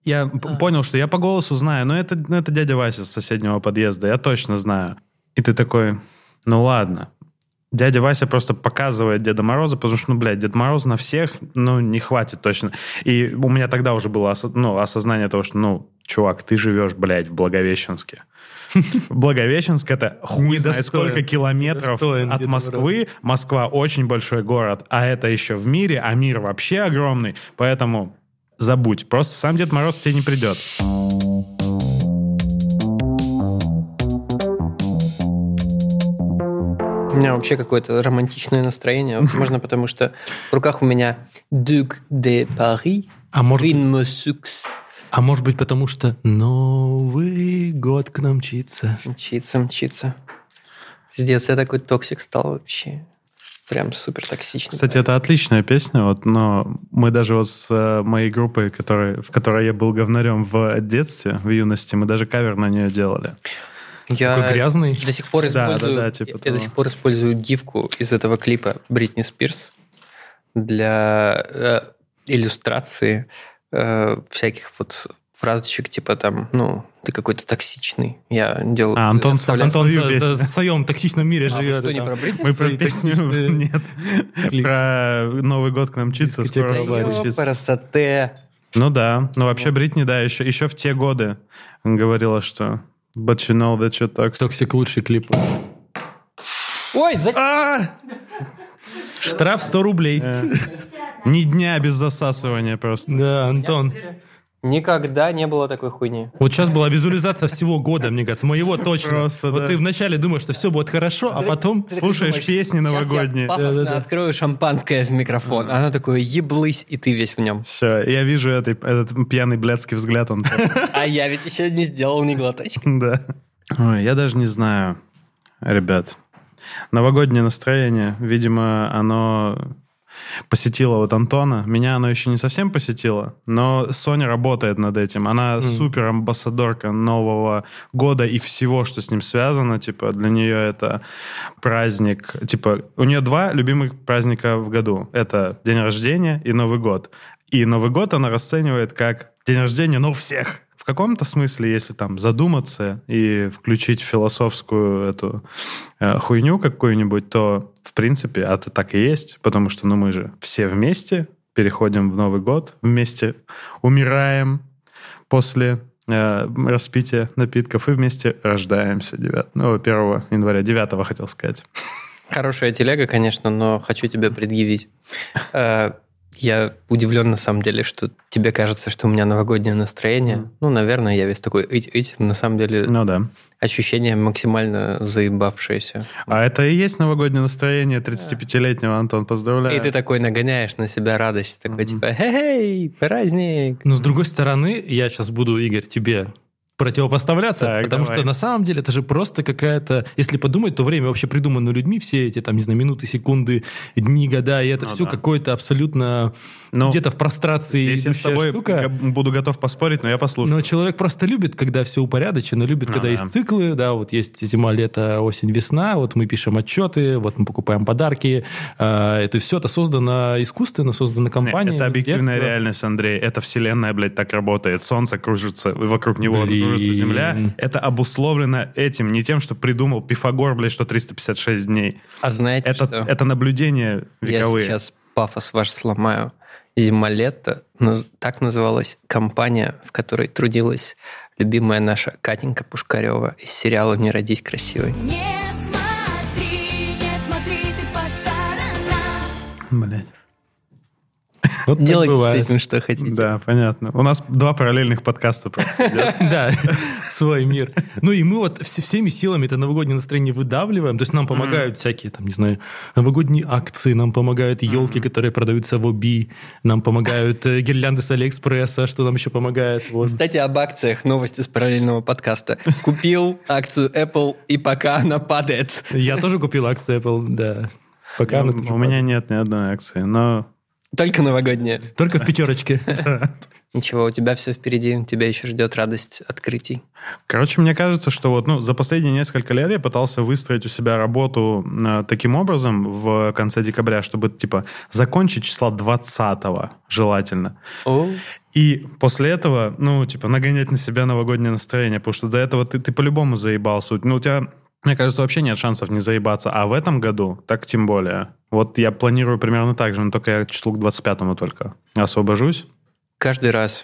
Я понял, что я по голосу знаю, но это дядя Вася с соседнего подъезда, я точно знаю. И ты такой, ну ладно. Дядя Вася просто показывает Деда Мороза, потому что, Дед Мороз на всех, не хватит точно. И у меня тогда уже было осознание того, что, чувак, ты живешь, в Благовещенске. Благовещенск — это хуй знает сколько километров от Москвы. Москва очень большой город, а это еще в мире, а мир вообще огромный. Поэтому забудь. Просто сам Дед Мороз к тебе не придет. У меня вообще какое-то романтичное настроение. Возможно, потому что в руках у меня Duc de Paris, Vin Mosux. А может быть, потому что Новый год к нам мчится. Мчится. Пиздец, я такой токсик стал вообще. Прям супер токсичный. Кстати, это отличная песня, но мы даже с моей группой, в которой я был говнарем в детстве, в юности, мы даже кавер на нее делали. Я такой грязный. До сих пор использую гифку из этого клипа Бритни Спирс для иллюстрации всяких фразочек, типа там, ты какой-то токсичный. Я делаю... Антон в своем токсичном мире живет. Что, не про Бритни? Мы про песню... Нет. Про Новый год к нам мчится. Красоте. Ну да. Вообще Бритни, да, еще в те годы говорила, что But you know that you're toxic. Токсик лучший клип. Ой, Штраф 100 рублей. Ни дня без засасывания просто. Да, Антон. Никогда не было такой хуйни. Вот сейчас была визуализация всего года, мне кажется. Моего точно. Просто, вот да. ты вначале думаешь, что все будет хорошо, а потом... Слушаешь песни новогодние. Сейчас я пафосно открою шампанское в микрофон. Она такое, еблысь, и ты весь в нем. Все, я вижу этот пьяный блядский взгляд, Антон. А я ведь еще не сделал ни глоточка. Да. Ой, я даже не знаю, ребят. Новогоднее настроение, видимо, оно посетило Антона. Меня оно еще не совсем посетило, но Соня работает над этим. Она супер амбассадорка Нового года и всего, что с ним связано. Для нее это праздник. У нее 2 любимых праздника в году. Это день рождения и Новый год. И Новый год она расценивает как день рождения, но у всех. В каком-то смысле, если там задуматься и включить философскую эту хуйню какую-нибудь, то, в принципе, это так и есть, потому что, мы же все вместе переходим в Новый год, вместе умираем после распития напитков и вместе рождаемся 1 января, 9 хотел сказать. Хорошая телега, конечно, но хочу тебя предъявить. Я удивлен, на самом деле, что тебе кажется, что у меня новогоднее настроение. Наверное, я весь такой на самом деле ощущение максимально заебавшееся. А это и есть новогоднее настроение 35-летнего, Антон, поздравляю. И ты такой нагоняешь на себя радость, такой типа, «Хей, праздник!» Но с другой стороны, я сейчас буду, Игорь, тебе противопоставляться, так, потому давай. что на самом деле это же просто какая-то... Если подумать, то время вообще придумано людьми, все эти, минуты, секунды, дни, года, и это все какое-то абсолютно где-то в прострации. Здесь я с тобой буду готов поспорить, но я послушаю. Но человек просто любит, когда все упорядочено, любит, когда есть циклы, есть зима, лето, осень, весна, мы пишем отчеты, мы покупаем подарки, это все это создано искусственно, создано компанией. Это объективная реальность, Андрей, это вселенная, так работает, солнце кружится, вокруг него кружится Земля, это обусловлено этим, не тем, что придумал Пифагор, что 356 дней. А знаете что? Это наблюдения вековые. Я сейчас пафос ваш сломаю. «Зима-лето» так называлась компания, в которой трудилась любимая наша Катенька Пушкарева из сериала «Не родись красивой». Не смотри ты по сторонам. Блять. Вот делайте бывает. с этим, что хотите. Да, понятно. У нас 2 параллельных подкаста просто идет. Да, свой мир. И мы всеми силами это новогоднее настроение выдавливаем. То есть нам помогают всякие, новогодние акции, нам помогают елки, которые продаются в Оби, нам помогают гирлянды с Алиэкспресса, что нам еще помогает. Кстати, об акциях новости с параллельного подкаста. Купил акцию Apple, и пока она падает. Я тоже купил акцию Apple, да. Пока она тоже У меня нет ни одной акции, но... Только новогодняя. Только в 5. Ничего, у тебя все впереди, тебя еще ждет радость открытий. Короче, мне кажется, что вот, за последние несколько лет я пытался выстроить у себя работу таким образом в конце декабря, чтобы, типа, закончить числа 20-го желательно. И после этого, нагонять на себя новогоднее настроение, потому что до этого ты по-любому заебался. У тебя, мне кажется, вообще нет шансов не заебаться. А в этом году так тем более. Вот я планирую примерно так же, но только я числу к 25-му только освобожусь. Каждый раз,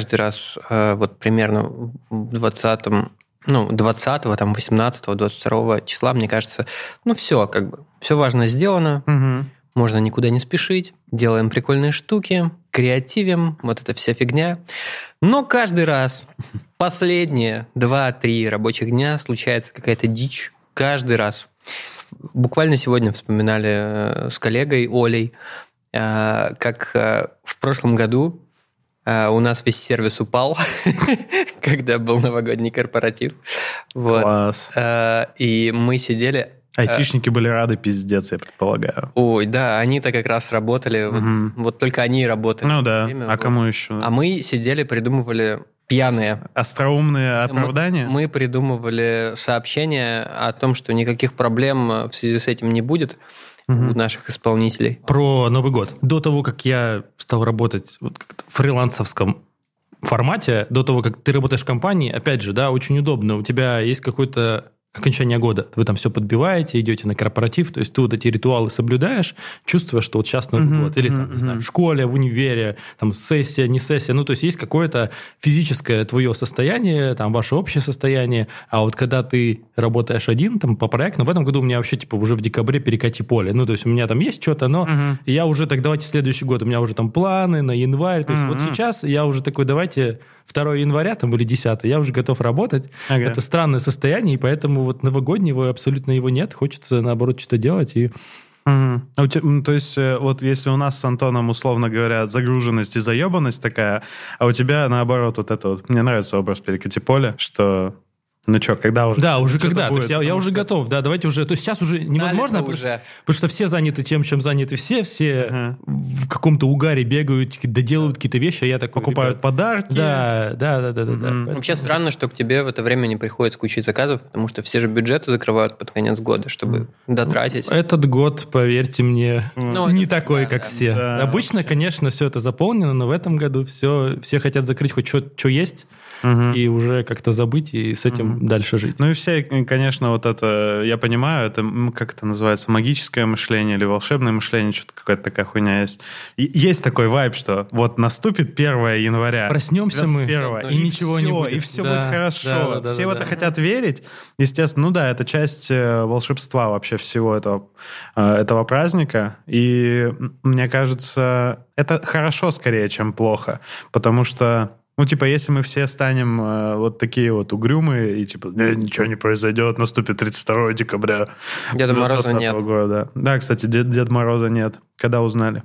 вот примерно в 20-м, 20-го, 18-го, 22-го числа, мне кажется, все важно сделано, можно никуда не спешить, делаем прикольные штуки, креативим, вот эта вся фигня. Но каждый раз, последние 2-3 рабочих дня случается какая-то дичь. Каждый раз. Буквально сегодня вспоминали с коллегой Олей, как в прошлом году у нас весь сервис упал, когда был новогодний корпоратив. Класс. И мы сидели... Айтишники были рады пиздец, я предполагаю. Ой, да, они-то как раз работали, вот только они и работали. Ну да, кому еще? А мы сидели, придумывали пьяные. Остроумные оправдания? Мы придумывали сообщения о том, что никаких проблем в связи с этим не будет у наших исполнителей. Про Новый год. До того, как я стал работать в фрилансовском формате, до того, как ты работаешь в компании, опять же, да, очень удобно. У тебя есть какой-то окончание года. Вы там все подбиваете, идете на корпоратив, то есть ты вот эти ритуалы соблюдаешь, чувствуя, что вот сейчас Новый год, или там, не знаю, в школе, в универе, там сессия, не сессия, то есть есть какое-то физическое твое состояние, там ваше общее состояние, а вот когда ты работаешь один, там по проекту, в этом году у меня вообще типа уже в декабре перекати поле, то есть у меня там есть что-то, но я уже так, давайте следующий год, у меня уже там планы на январь, то есть вот сейчас я уже такой, давайте 2 января там или 10, я уже готов работать. Это странное состояние, и поэтому вот новогоднего абсолютно его нет. Хочется, наоборот, что-то делать. И... То есть, вот если у нас с Антоном, условно говоря, загруженность и заебанность такая, а у тебя, наоборот, вот это вот... Мне нравится образ перекати поле, что... когда уже? Да, уже когда. То есть я уже готов. Да, давайте уже. То есть сейчас уже невозможно, уже. Потому что все заняты тем, чем заняты все в каком-то угаре бегают, доделывают какие-то вещи, а я такой... Покупают подарки. Да. Вообще странно, что к тебе в это время не приходит куча заказов, потому что все же бюджеты закрывают под конец года, чтобы дотратить. Этот год, поверьте мне, не такой, как все. Да, обычно, конечно, все это заполнено, но в этом году все хотят закрыть хоть что есть, и уже как-то забыть, и с этим дальше жить. Ну и все, конечно, вот это, я понимаю, это, как это называется, магическое мышление или волшебное мышление, что-то какая-то такая хуйня есть. И есть такой вайб, что вот наступит 1 января. Проснемся мы, и ничего не будет. И все будет хорошо. Все в это хотят верить. Естественно, это часть волшебства вообще всего этого праздника. И мне кажется, это хорошо скорее, чем плохо. Потому что если мы все станем вот такие вот угрюмые, и ничего не произойдет, наступит 32 декабря Деда Мороза нет. Года. Да, кстати, Деда Мороза нет. Когда узнали?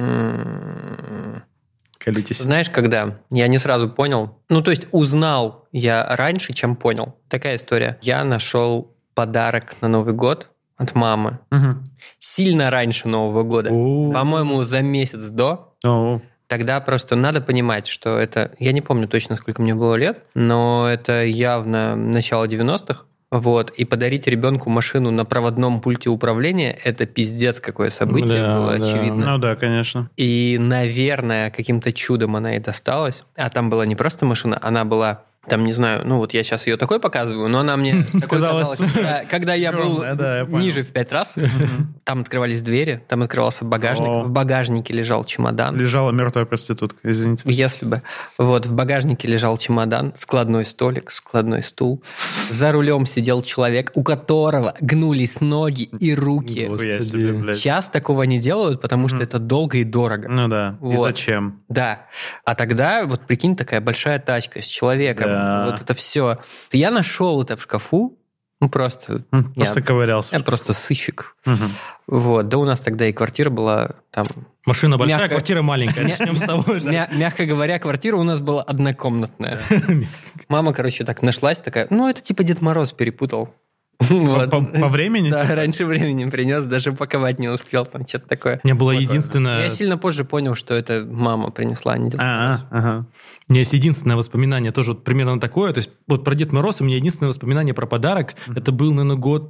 Колитесь. Знаешь, когда? Я не сразу понял. То есть узнал я раньше, чем понял. Такая история. Я нашел подарок на Новый год от мамы. Сильно раньше Нового года. По-моему, за месяц до. Тогда просто надо понимать, что это... Я не помню точно, сколько мне было лет, но это явно начало 90-х. И подарить ребенку машину на проводном пульте управления – это пиздец какое событие, было очевидно. Ну да, конечно. И, наверное, каким-то чудом она и досталась. А там была не просто машина, она была... Там, не знаю, я сейчас ее такой показываю, но она мне такой казалась, когда я был ниже в 5 раз. Там открывались двери, там открывался багажник, в багажнике лежал чемодан. Лежала мертвая проститутка, извините. Если бы. В багажнике лежал чемодан, складной столик, складной стул. За рулем сидел человек, у которого гнулись ноги и руки. Сейчас такого не делают, потому что это долго и дорого. Ну да, и зачем? Да. А тогда, прикинь, такая большая тачка с человеком. Вот это все. Я нашел это в шкафу. Просто ковырялся. Я просто сыщик. Да у нас тогда и квартира была там... Машина большая, квартира маленькая. Начнем с того. Мягко говоря, квартира у нас была однокомнатная. Мама, так нашлась, такая, это типа Дед Мороз перепутал. Вот. По времени? Да, типа? раньше времени принес, даже упаковать не успел, там что-то такое. У меня было Я единственное... сильно позже понял, что это мама принесла, а не Дед Мороз. Ага. У меня есть единственное воспоминание, тоже вот примерно такое. То есть вот про Дед Мороз у меня единственное воспоминание про подарок. Это был, наверное, год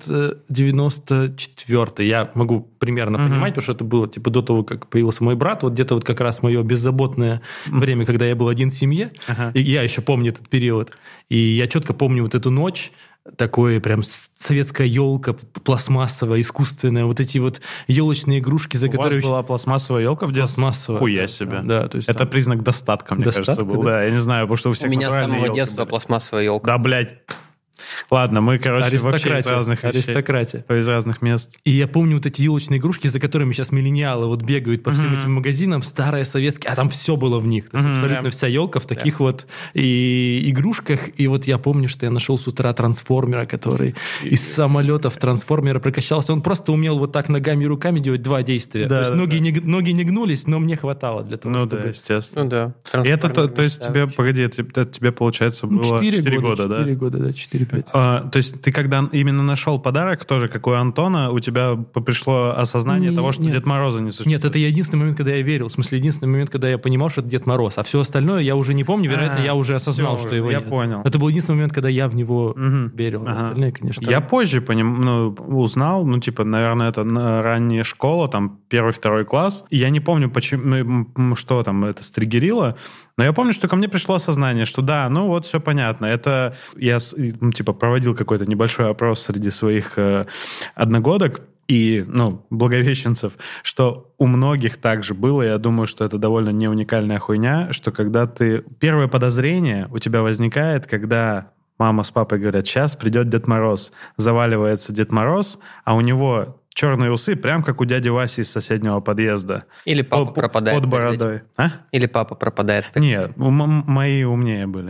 94-й. Я могу примерно понимать, потому что это было типа до того, как появился мой брат. Вот где-то вот как раз мое беззаботное время, когда я был один в семье. И я еще помню этот период. И я четко помню вот эту ночь. Такое прям советская елка, пластмассовая, искусственная, вот эти вот елочные игрушки, за У которые... вас была пластмассовая елка в детстве? Пластмассовая. Хуя себе. Да, то есть это там- признак достатка, мне кажется, был. Да, я не знаю, потому что у У всех меня с натуральные самого елки детства были. пластмассовая елка. Да, блядь. Ладно, мы, короче, вообще из Аристократия. разных вещей. Аристократия. Из разных мест. И я помню вот эти елочные игрушки, за которыми сейчас миллениалы вот бегают по всем этим магазинам, старые советские, а там все было в них. То есть абсолютно вся елка в таких вот и игрушках. И вот я помню, что я нашел с утра трансформера, который из самолетов трансформера прокачался. Он просто умел вот так ногами и руками делать два действия. Да, то есть да, ноги не гнулись, но мне хватало для того, Ну чтобы... да, естественно. Ну да. И это, то есть трансформеры, тебе, да. погоди, это тебе, получается, было 4 года, да? 4 года, да, 4-5. То есть ты когда именно нашел подарок, тоже как у Антона, у тебя пришло осознание того, что Нет. Дед Мороза не существует? Нет, это единственный момент, когда я верил. В смысле, единственный момент, когда я понимал, что это Дед Мороз. А все остальное я уже не помню. Вероятно, я уже осознал, всё, что его я нет. понял. Это был единственный момент, когда я в него Мгм. верил. А Ага. остальные, конечно... Я позже узнал, наверное, это ранняя школа, там, 1-2 класс. И я не помню, почему, что там это стригерило, но я помню, что ко мне пришло осознание, что да, ну вот все понятно. Это я, проводил какой-то небольшой опрос среди своих одногодок и, благовещенцев, что у многих также было, я думаю, что это довольно не уникальная хуйня, что когда первое подозрение у тебя возникает, когда мама с папой говорят, сейчас придет Дед Мороз. Заваливается Дед Мороз, а у него черные усы, прям как у дяди Васи из соседнего подъезда. Или папа пропадает. Под перед этим. бородой. А? Или папа пропадает. Нет, мои умнее были.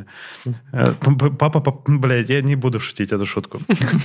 Папа, блядь, я не буду шутить эту шутку.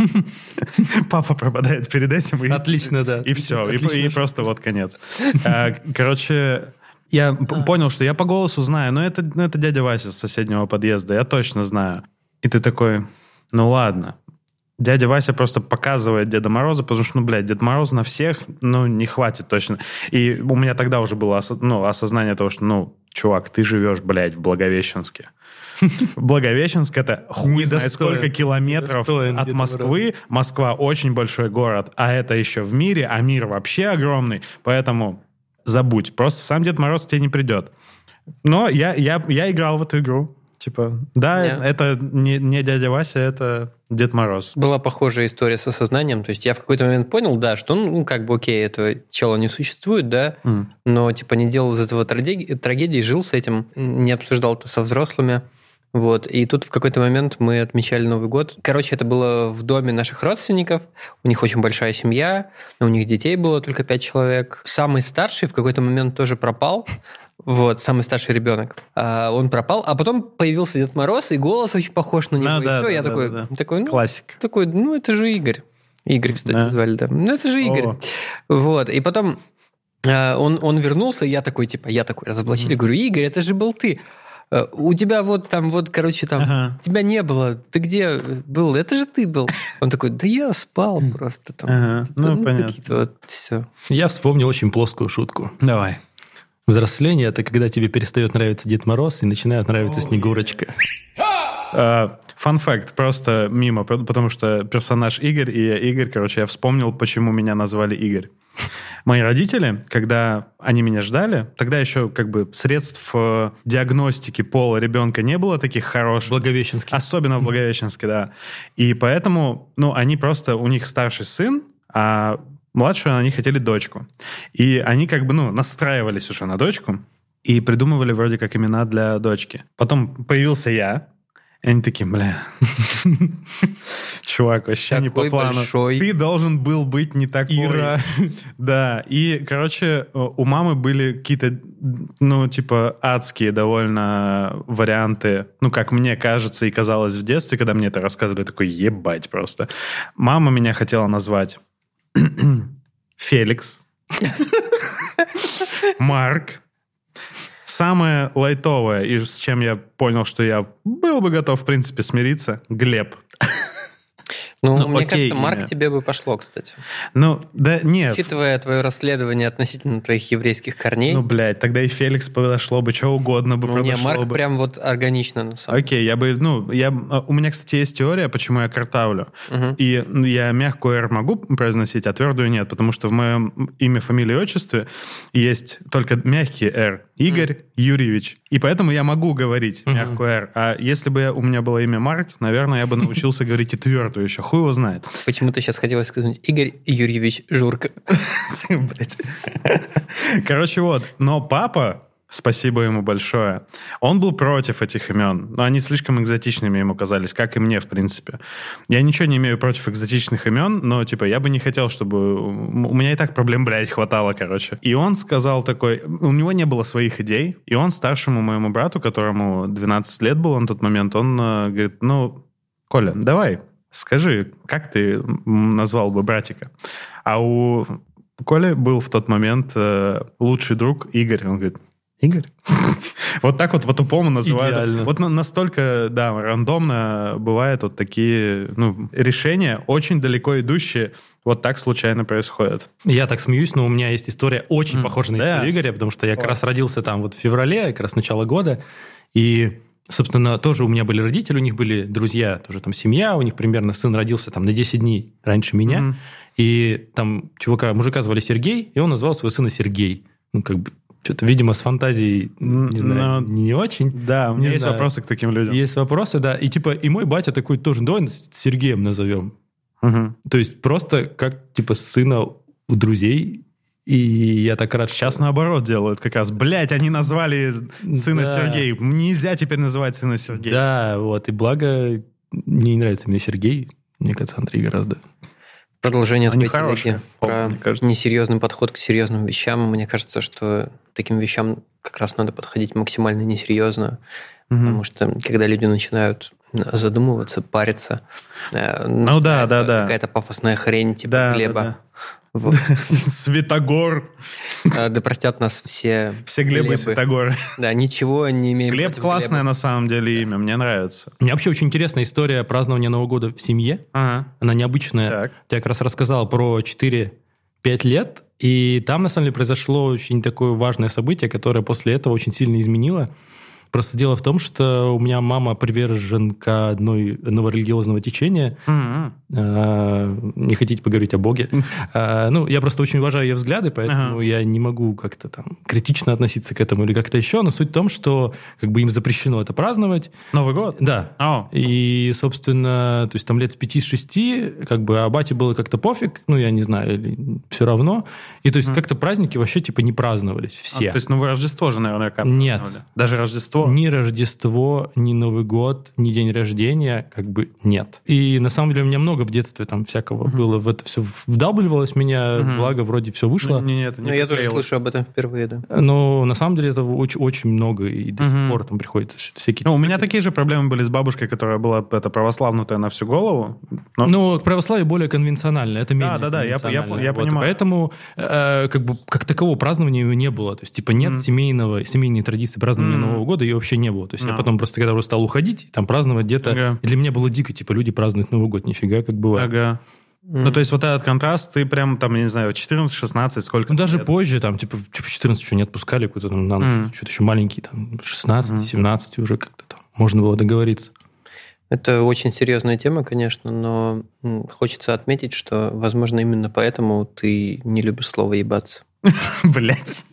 Папа пропадает перед этим. Отлично, да. И все, Отлично. и просто вот конец. Короче, я понял, что я по голосу знаю, но это дядя Вася с соседнего подъезда, я точно знаю. И ты такой, ну ладно. Дядя Вася просто показывает Деда Мороза, потому что, Дед Мороз на всех, не хватит точно. И у меня тогда уже было осознание того, что, чувак, ты живешь, блядь, в Благовещенске. Благовещенск — это хуй знает сколько километров Недостоин от Деда Москвы. Москва очень большой город, а это еще в мире, а мир вообще огромный. Поэтому забудь, просто сам Дед Мороз тебе не придет. Но я играл в эту игру. Типа, да, Нет. это не дядя Вася, это Дед Мороз. Была похожая история с осознанием. То есть я в какой-то момент понял, да, что, окей, этого чела не существует, да, но, не делал из этого трагедии, жил с этим, не обсуждал это со взрослыми. Вот. И тут в какой-то момент мы отмечали Новый год. Короче, это было в доме наших родственников. У них очень большая семья, у них детей было только 5 человек. Самый старший в какой-то момент тоже пропал. Вот, самый старший ребенок. Он пропал, а потом появился Дед Мороз, и голос очень похож на него. Да, и все, я да. такой, Классика. такой, это же Игорь. Игорь, кстати, Да. звали, да. Это же Игорь. О. Вот, и потом он вернулся, и я такой разоблачили, говорю, Игорь, это же был ты. У тебя Ага. тебя не было. Ты где был? Это же ты был. Он такой, да я спал просто там. Ага, понятно. Какие-то вот все. Я вспомнил очень плоскую шутку. Давай. Взросление – это когда тебе перестает нравиться Дед Мороз и начинает нравиться Снегурочка. Фан-факт, просто мимо, потому что персонаж Игорь, и я Игорь, я вспомнил, почему меня назвали Игорь. Мои родители, когда они меня ждали, тогда еще средств диагностики пола ребенка не было таких хороших. Благовещенский. Особенно в Благовещенске, да. И поэтому, они просто, у них старший сын, а младшую они хотели дочку. И они настраивались уже на дочку и придумывали вроде как имена для дочки. Потом появился я, и они такие, чувак, вообще не по Такой плану. большой. Ты должен был быть не такой. Ира. Да, и, у мамы были какие-то, адские довольно варианты, как мне кажется и казалось в детстве, когда мне это рассказывали, такой, ебать просто. Мама меня хотела назвать Феликс, Марк. Самое лайтовое, и с чем я понял, что я был бы готов, в принципе, смириться, Глеб. Ну, мне окей, кажется, Марк имя. тебе бы пошло, кстати. Ну, да, нет. Учитывая твое расследование относительно твоих еврейских корней. Ну, блядь, тогда и Феликс подошло бы, что угодно бы Ну, не, подошло Марк бы. прям вот органично, на самом деле. Окей, у меня, кстати, есть теория, почему я картавлю. Мгм. И я мягкую «р» могу произносить, а твердую нет, потому что в моем имя, фамилии, отчестве есть только мягкий «р». Игорь Юрьевич. И поэтому я могу говорить мягкую «р». А если бы у меня было имя Марк, наверное, я бы научился говорить и твердую еще. Хуй его знает. Почему-то сейчас хотелось сказать Игорь Юрьевич Журка. Блядь. Короче, вот. Но папа, спасибо ему большое, он был против этих имен. Но они слишком экзотичными ему казались, как и мне, в принципе. Я ничего не имею против экзотичных имен, но, типа, я бы не хотел, чтобы... У меня и так проблем, блядь, хватало, короче. И он сказал такой... У него не было своих идей, и он старшему моему брату, которому 12 лет было на тот момент, он говорит, ну, Коля, давай, скажи, как ты назвал бы братика? А у Коли был в тот момент лучший друг Игорь. Он говорит, Игорь? Вот так вот по-тупому называют. Идеально. Вот настолько, да, рандомно бывают вот такие решения, очень далеко идущие, вот так случайно происходят. Я так смеюсь, но у меня есть история очень похожа на Да. историю Игоря, потому что я как раз родился там вот в феврале, как раз начало года, и, собственно, тоже у меня были родители, у них были друзья, тоже там семья, у них примерно сын родился там на 10 дней раньше меня, и там мужика звали Сергей, и он назвал своего сына Сергей. Ну, как бы, что-то, видимо, с фантазией, не знаю, не очень. Да, у меня Не есть знаю. вопросы к таким людям. Есть вопросы, да, и типа, и мой батя такой тоже, давай Сергеем назовем. Мгм. То есть просто как, типа, сына у друзей, и я так рад, Сейчас наоборот делают как раз. Блять, они назвали сына Да. Сергей. Нельзя теперь называть сына Сергей. Да, вот, и благо, мне не нравится именно Сергей, мне кажется, Андрей гораздо. Продолжение Они твоей хорошие, телеги про мне кажется. несерьезный подход к серьезным вещам. Мне кажется, что таким вещам как раз надо подходить максимально несерьезно, потому что когда люди начинают задумываться, париться, начинается да. какая-то пафосная хрень типа Да, Глеба. да. Вот. Святогор. Да простят нас все Все Глебы и Святогоры. Да, ничего не имеем Глеб против классное Глеба. на самом деле имя, мне нравится. У меня вообще очень интересная история празднования Нового года в семье. Ага. Она необычная. Так. Я как раз рассказал про 4-5 лет, и там, на самом деле, произошло очень такое важное событие, которое после этого очень сильно изменило. Просто дело в том, что у меня мама приверженка одного религиозного течения. Мгм. Не хотите поговорить о Боге? Ну, я просто очень уважаю ее взгляды, поэтому Ага. я не могу как-то там критично относиться к этому или как-то еще. Но суть в том, что как бы им запрещено это праздновать. Новый год? Да. О. И, собственно, то есть там лет с 5-6, как бы, а бате было как-то пофиг, ну, я не знаю, или все равно. И то есть как-то праздники вообще типа не праздновались все. То есть, вы Рождество же, наверное, Нет. праздновали. Даже Рождество? Ни Рождество, ни Новый год, ни день рождения, как бы нет. И на самом деле у меня много в детстве там всякого было. В это все вдалбливалось меня, благо вроде все вышло. Нет, Ну, я тоже слышу об этом впервые, да. Но на самом деле это очень, очень много, и до сих пор там приходится всякие... Ну, у меня такие же проблемы были с бабушкой, которая была православнутая на всю голову. Но- Ну, православие более конвенциональное, это менее да, я конвенциональное. понимаю. Поэтому как бы как такового празднования его не было. То есть, типа, нет семейной традиции празднования Нового года, ее вообще не было. То есть, я потом просто, когда уже стал уходить, там праздновать где-то... Ага. И для меня было дико, типа, люди празднуют Новый год, нифига, как бывает. Ага. Ну, то есть, вот этот контраст, ты прям, там, я не знаю, 14-16, сколько? Ну, даже лет? позже, там, типа, в 14 что не отпускали, какой-то там на ночь, что-то еще маленький, там, 16-17 уже как-то там можно было договориться. Это очень серьезная тема, конечно, но хочется отметить, что, возможно, именно поэтому ты не любишь слово «ебаться». Блять.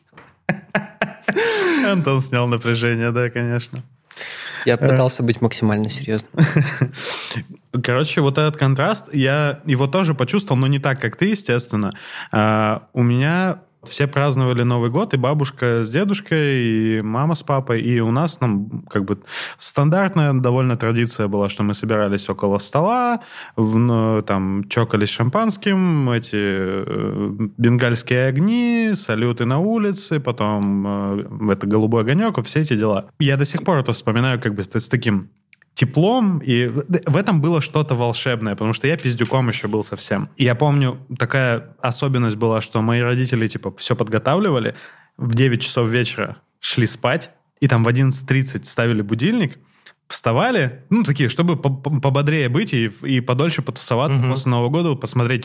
Антон снял напряжение, да, конечно. Я пытался быть максимально серьезным. Короче, вот этот контраст, я его тоже почувствовал, но не так, как ты, естественно. У меня все праздновали Новый год, и бабушка с дедушкой, и мама с папой, и у нас, ну, как бы стандартная довольно традиция была, что мы собирались около стола, там чокались шампанским, бенгальские огни, салюты на улице, потом это голубой огонек, все эти дела. Я до сих пор это вспоминаю как бы с таким теплом, и в этом было что-то волшебное, потому что я пиздюком еще был совсем. И я помню, такая особенность была, что мои родители, типа, все подготавливали, в 9 часов вечера шли спать, и там в 11:30 ставили будильник, вставали, ну, такие, чтобы пободрее быть и подольше потусоваться после Нового года, посмотреть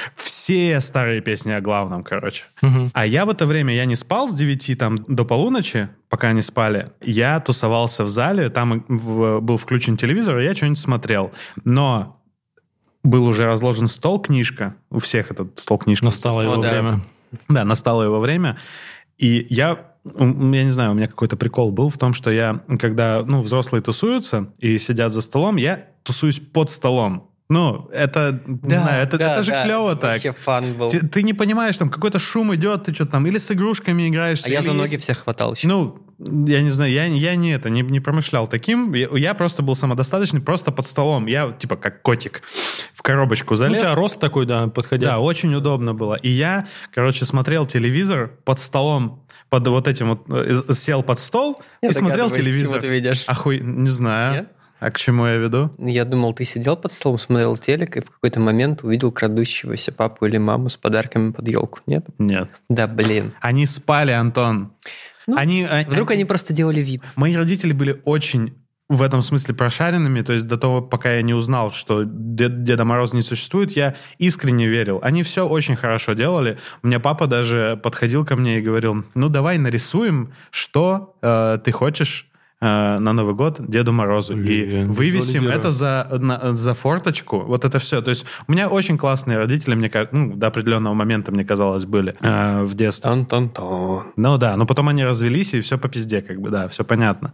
все старые песни о главном, короче. А я в это время, я не спал с 9 там, до полуночи, пока они спали. Я тусовался в зале, там был включен телевизор, и я что-нибудь смотрел. Но был уже разложен стол, книжка. У всех этот стол, книжка. Настало его время. Да, настало его время. И я не знаю, у меня какой-то прикол был в том, что я, когда взрослые тусуются и сидят за столом, я тусуюсь под столом. Ну, это, не знаю, это же клево так. Вообще фан был. Ты не понимаешь, там какой-то шум идет, ты что-то там или с игрушками играешь. А я за ноги всех хватал еще. Ну, я не знаю, я не промышлял таким. Я просто был самодостаточный, просто под столом. Я, типа, как котик в коробочку залез. У тебя рост такой, да, подходящий. Да, очень удобно было. И я, короче, смотрел телевизор под столом, под вот этим вот, сел под стол и смотрел телевизор. Ты видишь. Не знаю. Нет? А к чему я веду? Я думал, ты сидел под столом, смотрел телек, и в какой-то момент увидел крадущегося папу или маму с подарками под елку. Нет? Нет. Да, блин. Они спали, Антон. Ну, вдруг они просто делали вид. Мои родители были очень в этом смысле прошаренными, то есть до того, пока я не узнал, что Деда Мороза не существует, я искренне верил. Они все очень хорошо делали. У меня папа даже подходил ко мне и говорил, ну давай нарисуем, что ты хочешь на Новый год Деду Морозу. И вывесим это за форточку. Вот это все. То есть у меня очень классные родители, мне кажется, до определенного момента, мне казалось, были в детстве. Тон-тон-тон. Ну да, но потом они развелись, и все по пизде, как бы, да, все понятно.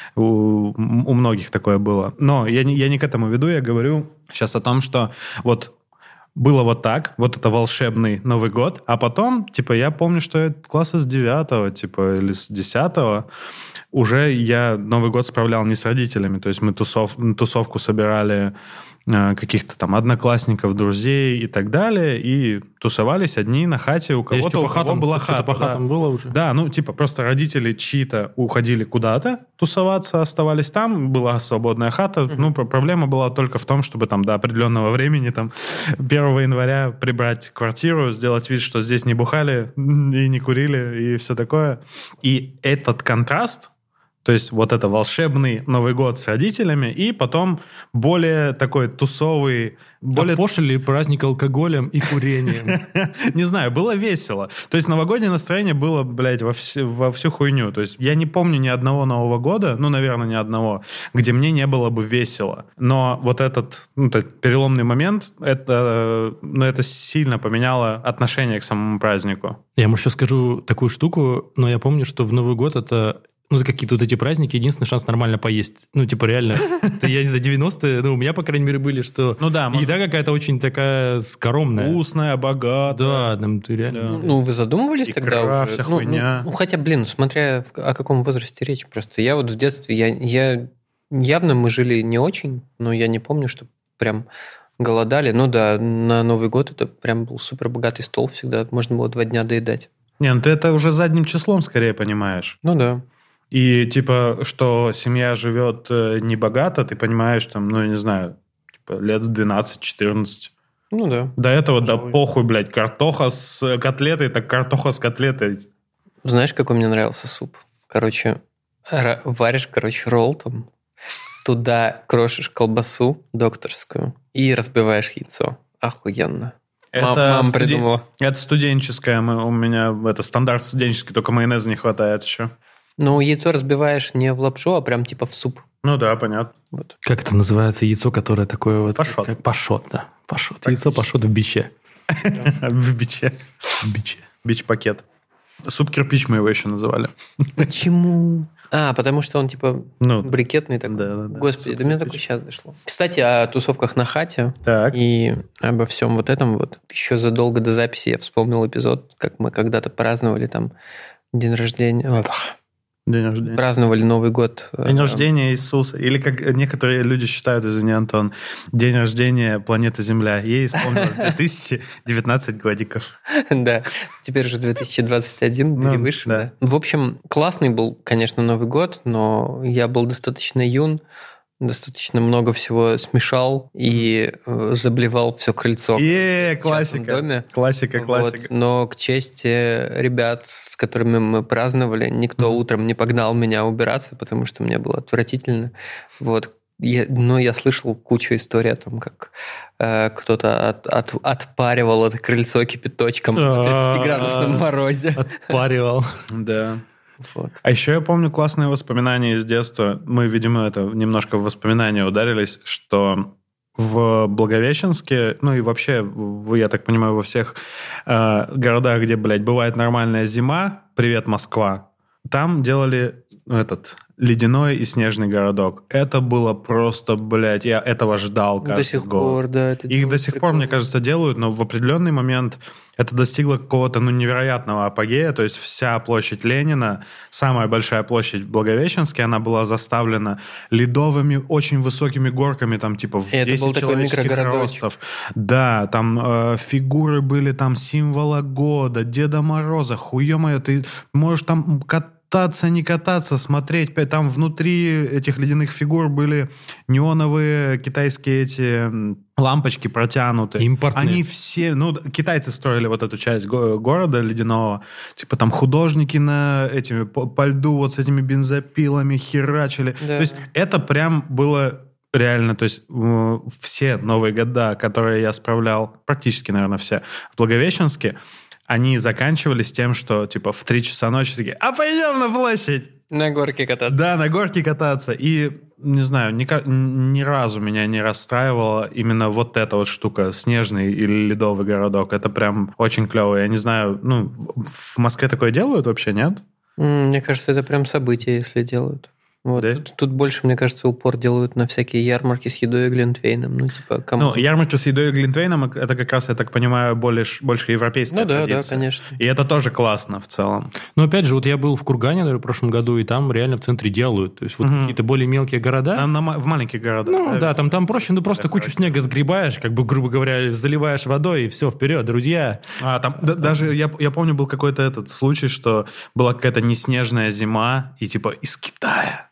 У многих такое было. Но я не к этому веду, я говорю сейчас о том, что вот было вот так, вот это волшебный Новый год, а потом, типа, я помню, что я класса с 9, типа, или с 10 уже я Новый год справлял не с родителями, то есть мы тусовку собирали каких-то там одноклассников, друзей и так далее, и тусовались одни на хате, у кого-то у кого была хата. По хатам было уже? Да, типа просто родители чьи-то уходили куда-то тусоваться, оставались там, была свободная хата, проблема была только в том, чтобы там до определенного времени, там, 1 января прибрать квартиру, сделать вид, что здесь не бухали и не курили, и все такое. И этот контраст, то есть вот это волшебный Новый год с родителями, и потом более такой тусовый... Опошлили праздник алкоголем и курением. Не знаю, было весело. То есть новогоднее настроение было, блядь, во всю хуйню. То есть я не помню ни одного Нового года, наверное, ни одного, где мне не было бы весело. Но вот этот переломный момент, это сильно поменяло отношение к самому празднику. Я вам еще скажу такую штуку, но я помню, что в Новый год это... какие-то вот эти праздники, единственный шанс нормально поесть. реально. Я не знаю, 90-е, у меня, по крайней мере, были, что еда какая-то очень такая скоромная. Вкусная, богатая. Да, там ты реально... Вы задумывались тогда уже? Вся хуйня. Хотя, смотря о каком возрасте речь. Просто я вот в детстве, явно мы жили не очень, но я не помню, что прям голодали. На Новый год это прям был супер богатый стол всегда. Можно было 2 дня доедать. Ты это уже задним числом скорее понимаешь. Ну да. И, типа, что семья живет небогато, ты понимаешь, там, я не знаю, типа, лет 12-14. Ну да. До этого, да похуй, блядь, картоха с котлетой, так картоха с котлетой. Знаешь, какой мне нравился суп? Варишь, ролл там, туда крошишь колбасу докторскую и разбиваешь яйцо. Охуенно. Мама придумала. Это студенческое, у меня это стандарт студенческий, только майонеза не хватает еще. Яйцо разбиваешь не в лапшу, а прям типа в суп. Ну да, понятно. Вот. Как это называется яйцо, которое такое вот... Пашот. Как пашот, да. Пашот. Яйцо пашот в биче. В биче. Бич-пакет. Суп-кирпич мы его еще называли. Почему? Потому что он типа брикетный такой. Да. Господи, до меня такое сейчас дошло. Кстати, о тусовках на хате и обо всем вот этом вот. Еще задолго до записи я вспомнил эпизод, как мы когда-то праздновали там день рождения. Праздновали Новый год. День рождения Иисуса. Или как некоторые люди считают, извини, Антон, день рождения планеты Земля. Ей исполнилось 2019 годиков. Да, теперь уже 2021, или выше. Да. В общем, классный был, конечно, Новый год, но я был достаточно юн, достаточно много всего смешал и заблевал все крыльцо. В Классика. частном доме. Классика. Вот. Но к чести ребят, с которыми мы праздновали, никто утром не погнал меня убираться, потому что мне было отвратительно. Вот. Но я слышал кучу историй о том, как кто-то отпаривал это крыльцо кипяточком на 30-градусном морозе. Отпаривал. Да. Вот. А еще я помню классные воспоминания из детства. Мы, видимо, это немножко в воспоминания ударились, что в Благовещенске, ну и вообще, я так понимаю, во всех городах, где, бывает нормальная зима, привет, Москва, там делали ледяной и снежный городок. Это было просто, я этого ждал каждый год. До сих пор, да. Их до сих пор, мне кажется, делают, но в определенный момент это достигло какого-то невероятного апогея. То есть вся площадь Ленина, самая большая площадь в Благовещенске, она была заставлена ледовыми, очень высокими горками, там типа в 10 человеческих ростов. Да, там фигуры были, там символа года, Деда Мороза, хуё-моё, ты можешь там кататься, не кататься, смотреть. Там внутри этих ледяных фигур были неоновые китайские эти лампочки протянутые. Импортные. Они все... китайцы строили вот эту часть города ледяного. Типа там художники по льду вот с этими бензопилами херачили. Да. То есть это прям было... Реально, то есть все Новые года, которые я справлял, практически, наверное, все, в Благовещенске, они заканчивались тем, что типа в 3 часа ночи такие: а пойдем на площадь! На горке кататься. Да, на горке кататься. И, не знаю, ни разу меня не расстраивала именно вот эта вот штука, снежный или ледовый городок. Это прям очень клево. Я не знаю, в Москве такое делают вообще, нет? Мне кажется, это прям событие, если делают. Вот. Да? Тут больше, мне кажется, упор делают на всякие ярмарки с едой и глинтвейном. Ярмарки с едой и глинтвейном, это как раз, я так понимаю, больше европейская традиция. Да, конечно. И это тоже классно в целом. Но опять же, вот я был в Кургане, наверное, в прошлом году, и там реально в центре делают. То есть вот какие-то более мелкие города. Там в маленьких городах. Да, там проще, просто кучу снега сгребаешь, грубо говоря, заливаешь водой, и все, вперед, друзья. Даже, я помню, был какой-то этот случай, что была какая-то неснежная зима, и типа из Китая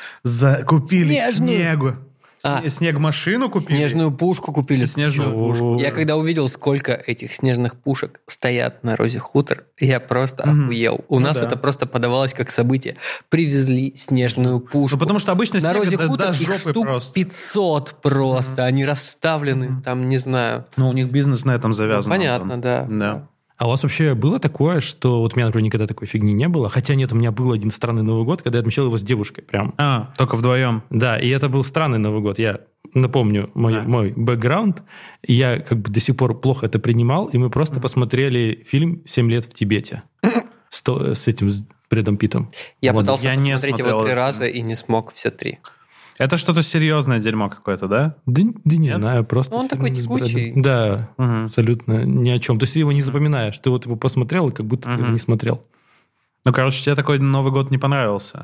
купили снегу. Снегмашину купили. Снежную пушку купили. Снежную пушку. Я когда увидел, сколько этих снежных пушек стоят на Розе Хутор, я просто охуел. У нас это просто подавалось как событие. Привезли снежную пушку. Потому что обычно на Розе Хутор их штук просто 500 просто. Они расставлены, там, не знаю. У них бизнес на этом завязан. Понятно, да. А у вас вообще было такое, что... Вот у меня, например, никогда такой фигни не было. Хотя нет, у меня был один странный Новый год, когда я отмечал его с девушкой прям. Только вдвоем. Да, и это был странный Новый год. Я напомню мой бэкграунд. Я до сих пор плохо это принимал, и мы просто посмотрели фильм «7 лет в Тибете» с этим Брэдом Питтом. Я пытался посмотреть его 3 раза и не смог все 3. Это что-то серьезное дерьмо какое-то, да? Да не знаю, просто... Он такой текучий. Да, абсолютно ни о чем. То есть ты его не запоминаешь. Ты вот его посмотрел, и как будто ты его не смотрел. Тебе такой Новый год не понравился?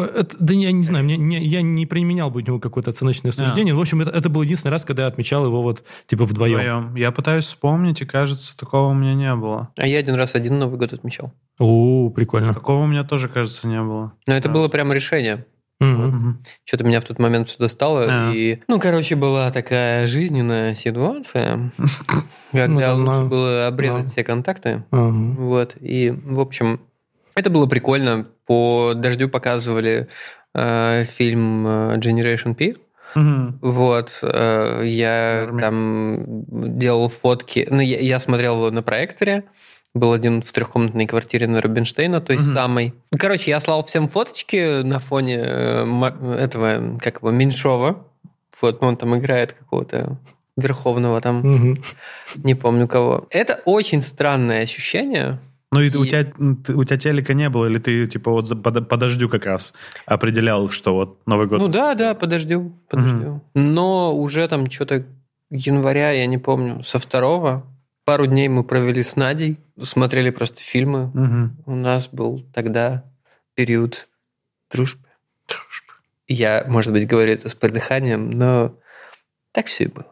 Я не знаю, я не применял бы у него какое-то оценочное суждение. В общем, это был единственный раз, когда я отмечал его вдвоем. Я пытаюсь вспомнить, и кажется, такого у меня не было. А я один Новый год отмечал. О, прикольно. Такого у меня тоже, кажется, не было. Но это было прямо решение. Что-то меня в тот момент все достало. И, была такая жизненная ситуация, когда лучше было обрезать все контакты. Вот. И, в общем, это было прикольно. По дождю показывали фильм Generation P. Вот. Я там делал фотки. Я смотрел его на проекторе. Был один в 3-комнатной квартире на Рубинштейна, той самой. Я слал всем фоточки на фоне этого, Меньшова. Вот, он там играет какого-то верховного там, не помню кого. Это очень странное ощущение. У тебя телека не было, или ты по дождю как раз определял, что вот Новый год? Да, по дождю. Но уже там что-то января, я не помню, со 2-го. Пару дней мы провели с Надей, смотрели просто фильмы. У нас был тогда период дружбы. Я, может быть, говорю это с придыханием, но так все и было.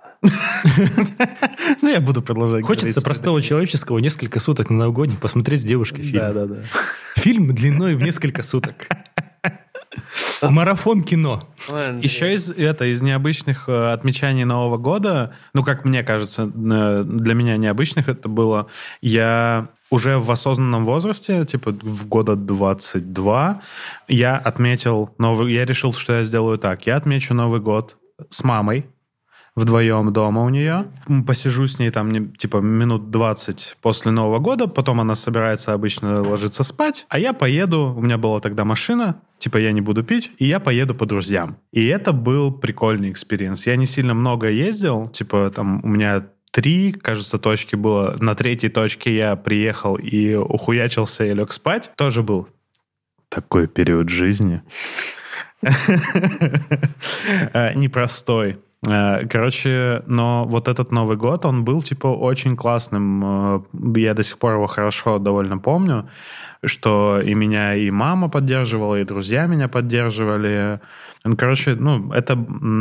Я буду продолжать. Хочется простого человеческого несколько суток на новогодний посмотреть с девушкой фильм. Да. Фильм длиной в несколько суток. Марафон кино. Ой, Андрей. Еще из необычных отмечаний Нового года, ну, как мне кажется, для меня необычных это было, я уже в осознанном возрасте, типа в года 22, я решил, что я сделаю так. Я отмечу Новый год с мамой, вдвоем дома у нее. Посижу с ней там, типа, минут 20 после Нового года, потом она собирается обычно ложиться спать, а я поеду, у меня была тогда машина, типа, я не буду пить, и я поеду по друзьям. И это был прикольный экспириенс. Я не сильно много ездил, типа, там у меня 3, кажется, точки было. На 3-й точке я приехал и ухуячился и лег спать. Тоже был такой период жизни. Непростой. Короче, но вот этот Новый год, он был, типа, очень классным. Я до сих пор его хорошо довольно помню, что и меня и мама поддерживала, и друзья меня поддерживали. Короче, ну, это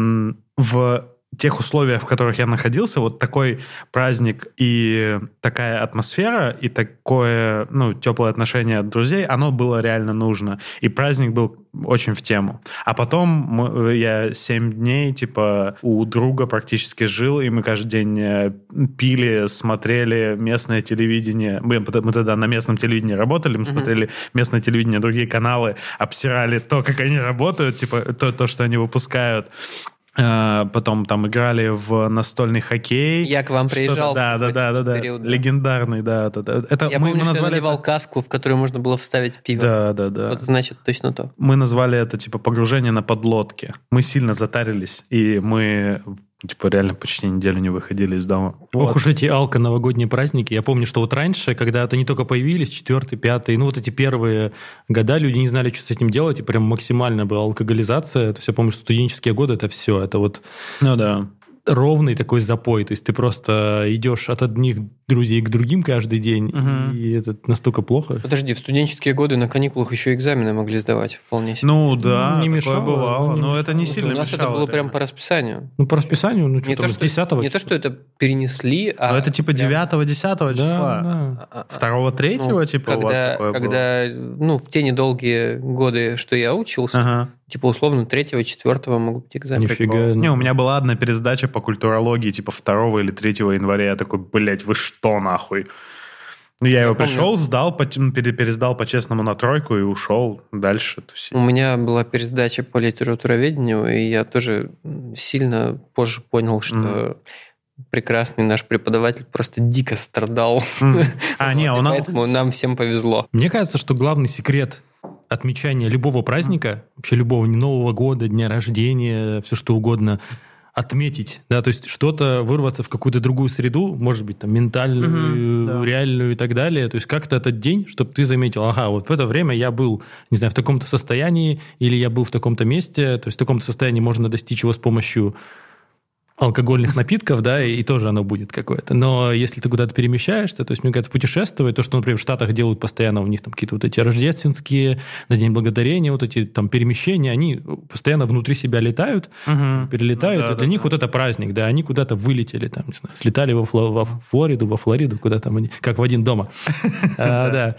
в тех условиях, в которых я находился, вот такой праздник и такая атмосфера, и такое, ну, теплое отношение от друзей, оно было реально нужно. И праздник был очень в тему. А потом я 7 дней, типа, у друга практически жил, и мы каждый день пили, смотрели местное телевидение. Мы тогда на местном телевидении работали, мы смотрели местное телевидение, другие каналы, обсирали то, как они работают, типа, то, что они выпускают. Потом там играли в настольный хоккей. Я к вам приезжал. Да. Период, да. Легендарный, да. Это я помню, что я надевал каску, в которую можно было вставить пиво. Да. Вот значит точно то. Мы назвали это, типа, погружение на подлодке. Мы сильно затарились, и мы, типа, реально почти неделю не выходили из дома. Ох уж эти новогодние праздники. Я помню, что вот раньше, когда это не только появились, 4-й, 5-й, ну вот эти первые года, люди не знали, что с этим делать, и прям максимально была алкоголизация. То есть я помню, что студенческие годы это все, это вот... Ну да. Ровный такой запой, то есть ты просто идешь от одних друзей к другим каждый день, и это настолько плохо. Подожди, в студенческие годы на каникулах еще экзамены могли сдавать вполне себе. Ну да, не такое мешало, бывало, но это не сильно У нас мешало. это было прям по расписанию. Ну, по расписанию, ну, Не что то, там, с 10-го. Не то, что это перенесли, а... Ну это типа прям- 9-10 числа. Да. 2-3 типа у вас такое было? когда, ну, в те недолгие годы, что я учился, Ага. типа, условно, 3-4 могут быть экзамены. Нифига. Не, у меня была одна пересдача по культурологии, типа 2 или 3 января. Я такой, блядь, вы что нахуй? Ну, я его помню. пришел, сдал, пересдал по-честному на 3 и ушел дальше тусить. У меня была пересдача по литературоведению, и я тоже сильно позже понял, что прекрасный наш преподаватель просто дико страдал. А, не, Вот, и он... поэтому нам всем повезло. Мне кажется, что главный секрет отмечания любого праздника, вообще любого Нового года, дня рождения, все что угодно, отметить, да, то есть что-то вырваться в какую-то другую среду, может быть, там, ментальную, да. реальную и так далее, то есть как-то этот день, чтобы ты заметил, ага, вот в это время я был, не знаю, в таком-то состоянии, или я был в таком-то месте, то есть в таком-то состоянии можно достичь его с помощью алкогольных напитков, да, и тоже оно будет какое-то. Но если ты куда-то перемещаешься, то есть, мне кажется, путешествовать, то, что, например, в Штатах делают постоянно, у них там какие-то вот эти рождественские, на День Благодарения, вот эти там перемещения, они постоянно внутри себя летают, перелетают, Ну да, и для них вот это праздник, да, они куда-то вылетели, там, не знаю, слетали во Флориду, куда там они, как в «Один дома». Да.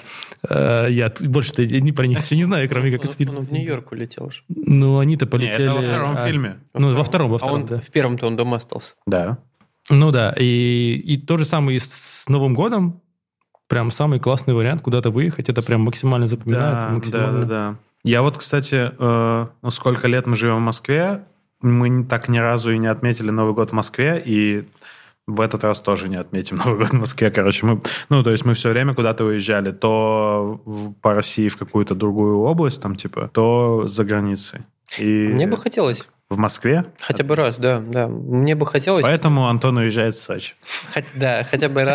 Я больше-то про них еще не знаю, кроме как из фильма. Он в Нью-Йорк улетел же. Ну, они-то Не, полетели... это во втором фильме. Ну, во втором, А он да. в первом-то он дома остался. Да. Ну да, и то же самое и с Новым годом. Прям самый классный вариант куда-то выехать. Это прям максимально запоминается. Максимально. Да. Я вот, кстати, сколько лет мы живем в Москве, мы так ни разу и не отметили Новый год в Москве, и в этот раз тоже не отметим Новый год в Москве. Короче, то есть мы все время куда-то уезжали, то по России в какую-то другую область, там типа, то за границей. И Мне бы хотелось. в Москве. Хотя бы раз, да. Мне бы хотелось... Поэтому Антон уезжает в Сочи. хотя бы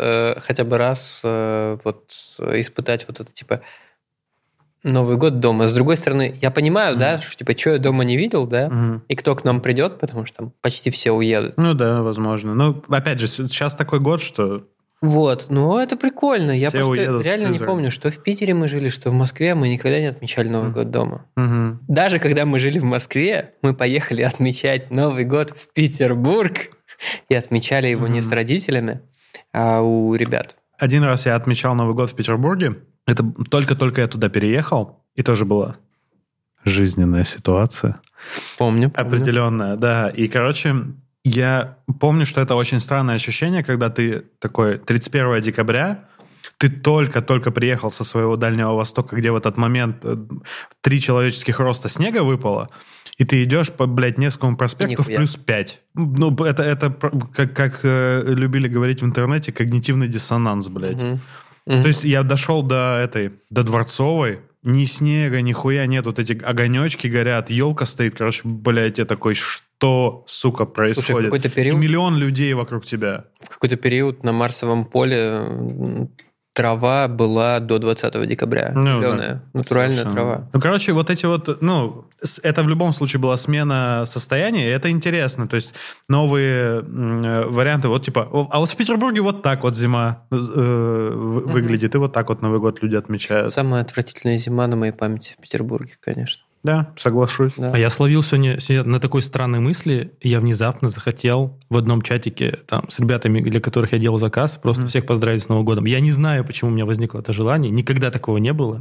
раз вот испытать вот это, типа, Новый год дома. С другой стороны, я понимаю, да, что, типа, что я дома не видел, да, и кто к нам придет, потому что там почти все уедут. Ну да, возможно. Ну, опять же, сейчас такой год, что... Вот, ну это прикольно. Я Все просто уедут реально в не Сызрань. помню, что в Питере мы жили, что в Москве мы никогда не отмечали Новый год дома. Мгм. Даже когда мы жили в Москве, мы поехали отмечать Новый год в Петербург и отмечали его не с родителями, а у ребят. Один раз я отмечал Новый год в Петербурге. Это только-только я туда переехал, и тоже было жизненная ситуация. Помню. Определенная, да. И, короче, я помню, что это очень странное ощущение, когда ты такой 31 декабря, ты только-только приехал со своего Дальнего Востока, где в этот момент 3 человеческих роста снега выпало, и ты идешь по, блядь, Невскому проспекту в плюс 5. Ну, это как любили говорить в интернете, когнитивный диссонанс, блядь. То есть я дошел до Дворцовой, ни снега, ни хуя нет, вот эти огонечки горят, елка стоит, короче, блядь, я такой, что, сука, происходит? Слушай, в какой-то период... И миллион людей вокруг тебя. В какой-то период на Марсовом поле трава была до 20 декабря. Зеленая, да, натуральная совершенно. Трава. Ну, короче, вот эти вот, это в любом случае была смена состояния, и это интересно. То есть новые варианты, вот типа, а вот в Петербурге вот так вот зима выглядит, и вот так вот Новый год люди отмечают. Самая отвратительная зима на моей памяти в Петербурге, конечно. Да, соглашусь. Да. А я словил сегодня на такой странной мысли, я внезапно захотел в одном чатике там с ребятами, для которых я делал заказ, просто всех поздравить с Новым годом. Я не знаю, почему у меня возникло это желание, никогда такого не было.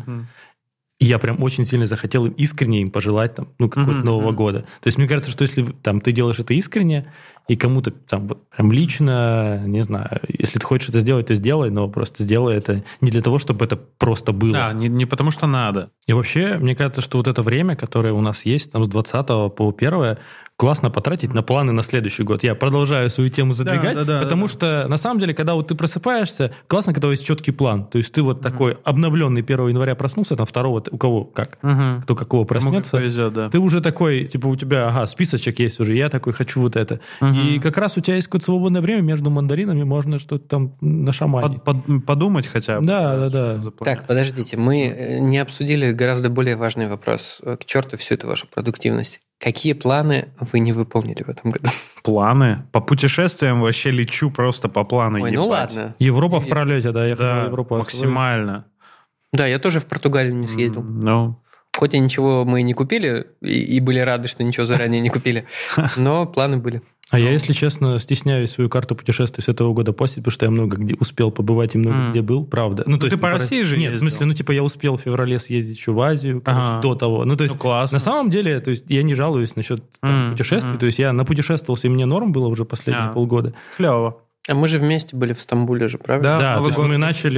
И я прям очень сильно захотел им искренне им пожелать там, какого-то Нового года. То есть мне кажется, что если там ты делаешь это искренне, и кому-то там вот прям лично, не знаю, если ты хочешь это сделать, то сделай, но просто сделай это не для того, чтобы это просто было. Да, не потому что надо. И вообще, мне кажется, что вот это время, которое у нас есть, там с 20 по 1, классно потратить на планы на следующий год. Я продолжаю свою тему задвигать, потому что на самом деле, когда вот ты просыпаешься, классно, когда есть четкий план. То есть ты вот такой обновленный 1 января проснулся, там 2 у кого как, кто какого проснется. Повезет, да. Ты уже такой, типа у тебя, списочек есть уже, я такой хочу вот это. И как раз у тебя есть какое-то свободное время, между мандаринами можно что-то там нашаманить. Подумать хотя бы. Да. Так, подождите, мы не обсудили гораздо более важный вопрос. К черту всю эту вашу продуктивность. Какие планы вы не выполнили в этом году? Планы? По путешествиям вообще лечу просто по плану. Ой, ну ладно. Европа в пролете, да, я да, в Европу максимально. Да, я тоже в Португалию не съездил. Хоть и ничего мы не купили, и были рады, что ничего заранее не купили, но планы были. А я, если честно, стесняюсь свою карту путешествий с этого года постить, потому что я много где успел побывать и много где был, правда. Ну, то есть ты по России же Нет, ездил? в смысле, я успел в феврале съездить еще в Азию, до того. Ну, то есть, классно. На самом деле, то есть, я не жалуюсь насчет путешествий, то есть, я напутешествовался, и мне норм было уже последние полгода. Клево. А мы же вместе были в Стамбуле же, правда? Да, то есть, мы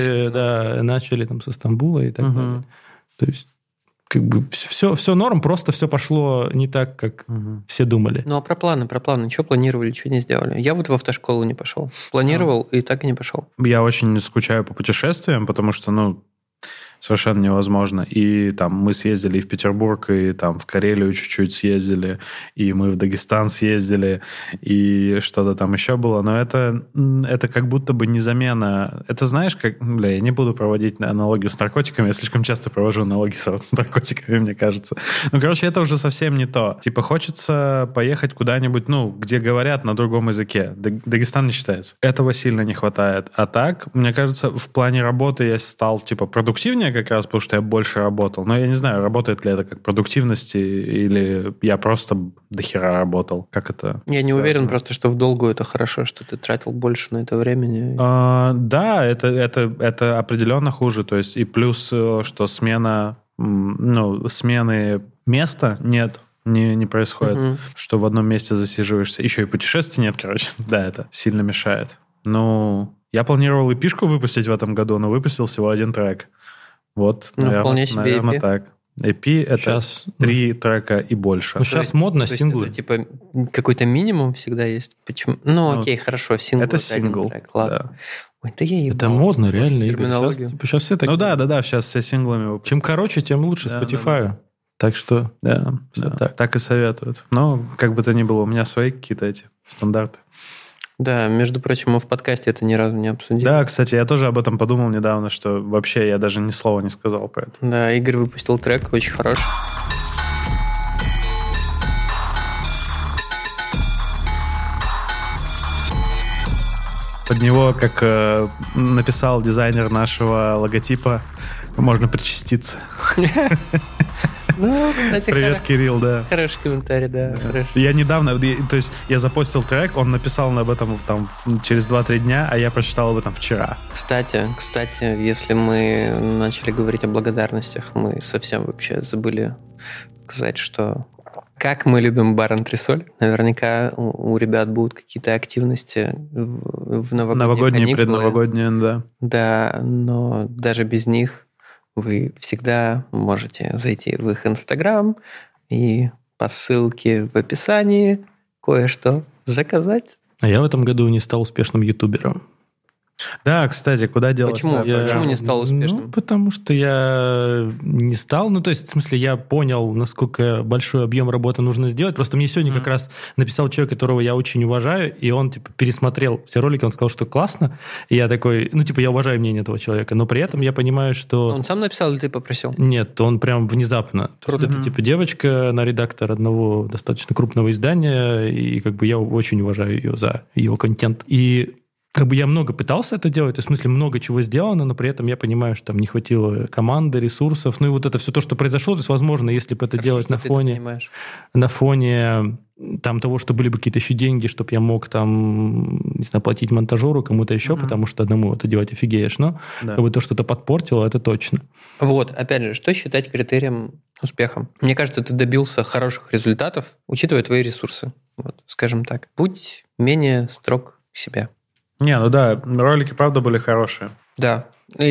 начали там со Стамбула и так далее. То есть, как бы все норм, просто все пошло не так, как все думали. Ну, а про планы? Что планировали, что не сделали? Я вот в автошколу не пошел. Планировал и так и не пошел. Я очень скучаю по путешествиям, потому что, совершенно невозможно. И там мы съездили и в Петербург, и там в Карелию чуть-чуть съездили, и мы в Дагестан съездили, и что-то там еще было. Но это как будто бы не замена. Это знаешь, как... я не буду проводить аналогию с наркотиками, я слишком часто провожу аналогии с наркотиками, мне кажется. Короче, это уже совсем не то. Типа хочется поехать куда-нибудь, где говорят на другом языке. Дагестан не считается. Этого сильно не хватает. А так, мне кажется, в плане работы я стал, продуктивнее как раз, потому что я больше работал. Но я не знаю, работает ли это как продуктивность, или я просто дохера работал. Как это Я не уверен просто, что в долгу это хорошо, что ты тратил больше на это времени. Да, это определенно хуже. То есть и плюс, что смены места нет. Не происходит, что в одном месте засиживаешься. Еще и путешествий нет, короче. Да, это сильно мешает. Я планировал эпишку выпустить в этом году, но выпустил всего 1 трек. Вот, вполне себе наверное, EP. Так. EP — это сейчас 3 трека и больше. Сейчас модно синглы. Это, какой-то минимум всегда есть. Почему? Окей, хорошо, сингл. Это сингл, трек, ладно. да. Ой, да я ебал. Это модно, реально. Терминологию. Сейчас все так. Да, сейчас все синглами. Чем короче, тем лучше Spotify. Да. Так что... Да, так и советуют. Но, как бы то ни было, у меня свои какие-то эти стандарты. Да, между прочим, мы в подкасте это ни разу не обсудили. Да, кстати, я тоже об этом подумал недавно, что вообще я даже ни слова не сказал про это. Да, Игорь выпустил трек, очень хороший. Под него, как написал дизайнер нашего логотипа, можно причаститься. Кстати, привет, Кирилл, да. Хороший комментарий, да. Я недавно, то есть я запостил трек, он написал об этом там через 2-3 дня, а я прочитал об этом вчера. Кстати, если мы начали говорить о благодарностях, мы совсем вообще забыли сказать, что как мы любим бар «Антресоль». Наверняка у ребят будут какие-то активности в Новогодние, каникулы. предновогодние, да. Да, но даже без них вы всегда можете зайти в их Инстаграм и по ссылке в описании кое-что заказать. А я в этом году не стал успешным ютубером. Да, кстати, куда делась Почему? твоя программа? Почему не стал успешным? Ну, потому что я не стал. Ну, то есть, в смысле, я понял, насколько большой объем работы нужно сделать. Просто мне сегодня как раз написал человек, которого я очень уважаю, и он, типа, пересмотрел все ролики, он сказал, что классно. И я такой, ну, типа, я уважаю мнение этого человека, но при этом я понимаю, что... Он сам написал или ты попросил? Нет, он прям внезапно. Круто. Это, типа, девочка, она редактор одного достаточно крупного издания, и как бы я очень уважаю ее за ее контент. И как бы я много пытался это делать, то есть, в смысле, много чего сделано, но при этом я понимаю, что там не хватило команды, ресурсов. Ну и вот это все то, что произошло, то есть, возможно, если бы это делать на фоне там того, что были бы какие-то еще деньги, чтобы я мог там, не знаю, платить монтажеру, кому-то еще, потому что одному это делать офигеешь, но как бы то, что это подпортило, это точно. Вот, опять же, что считать критерием успеха? Мне кажется, ты добился хороших результатов, учитывая твои ресурсы. Вот, скажем так. Будь менее строг к себе. Не, ну да, ролики, правда, были хорошие. Да, и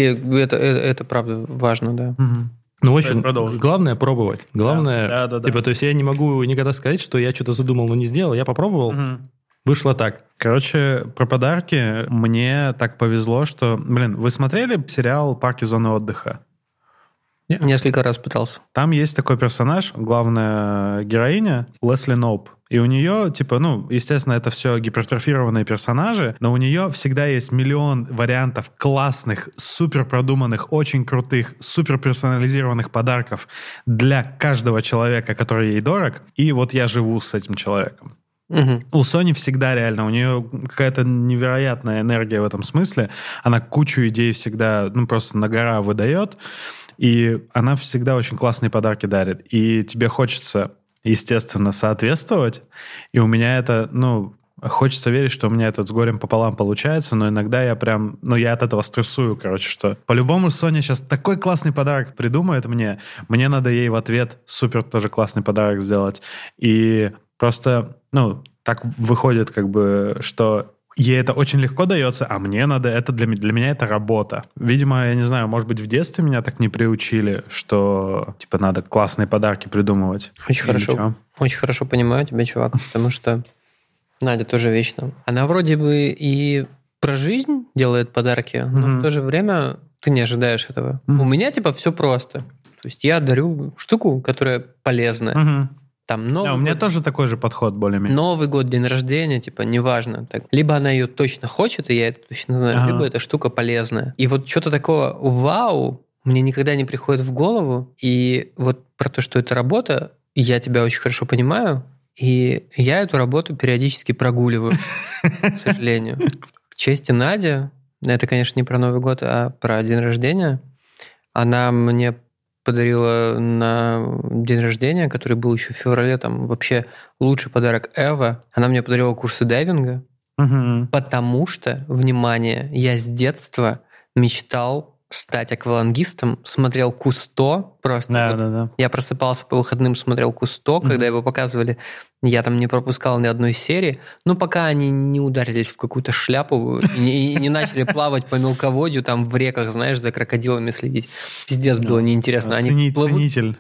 это правда важно, да. Ну, в общем, главное пробовать. Главное, да. Типа, то есть я не могу никогда сказать, что я что-то задумал, но не сделал. Я попробовал, вышло так. Короче, про подарки мне так повезло, что... Блин, вы смотрели сериал «Парки зоны отдыха»? Несколько раз пытался. Там есть такой персонаж, главная героиня, Лесли Ноуп. И у нее, типа, ну, естественно, это все гипертрофированные персонажи, но у нее всегда есть миллион вариантов классных, супер продуманных, очень крутых, супер персонализированных подарков для каждого человека, который ей дорог. И вот я живу с этим человеком. У Сони всегда реально, у нее какая-то невероятная энергия в этом смысле. Она кучу идей всегда, ну, просто на гора выдает. И она всегда очень классные подарки дарит. И тебе хочется, естественно, соответствовать. И у меня это, ну, хочется верить, что у меня это с горем пополам получается, но иногда я прям, ну, я от этого стрессую, короче, что по-любому Соня сейчас такой классный подарок придумает мне надо ей в ответ супер тоже классный подарок сделать. И просто, ну, так выходит, как бы, что ей это очень легко дается, а мне надо, это для меня это работа. Видимо, я не знаю, может быть, в детстве меня так не приучили, что, типа, надо классные подарки придумывать. Очень хорошо. Очень хорошо понимаю тебя, чувак, потому что Надя тоже вечно. Она вроде бы и про жизнь делает подарки, но в то же время ты не ожидаешь этого. У меня, типа, все просто. То есть я дарю штуку, которая полезная. Там Новый у меня год, тоже такой же подход более-менее. Новый год, день рождения, типа, неважно. Так. Либо она ее точно хочет, и я это точно знаю, либо эта штука полезная. И вот что-то такого вау мне никогда не приходит в голову. И вот про то, что это работа, я тебя очень хорошо понимаю, и я эту работу периодически прогуливаю, к сожалению. К чести Нади, это, конечно, не про Новый год, а про день рождения, она мне подарила на день рождения, который был еще в феврале, там вообще лучший подарок ever. Она мне подарила курсы дайвинга, потому что, внимание, я с детства мечтал стать аквалангистом, смотрел Кусто просто. Да. Я просыпался по выходным, смотрел Кусто, когда его показывали. Я там не пропускал ни одной серии, но пока они не ударились в какую-то шляпу и не начали плавать по мелководью, там в реках, знаешь, за крокодилами следить. Пиздец, было неинтересно. Они плывут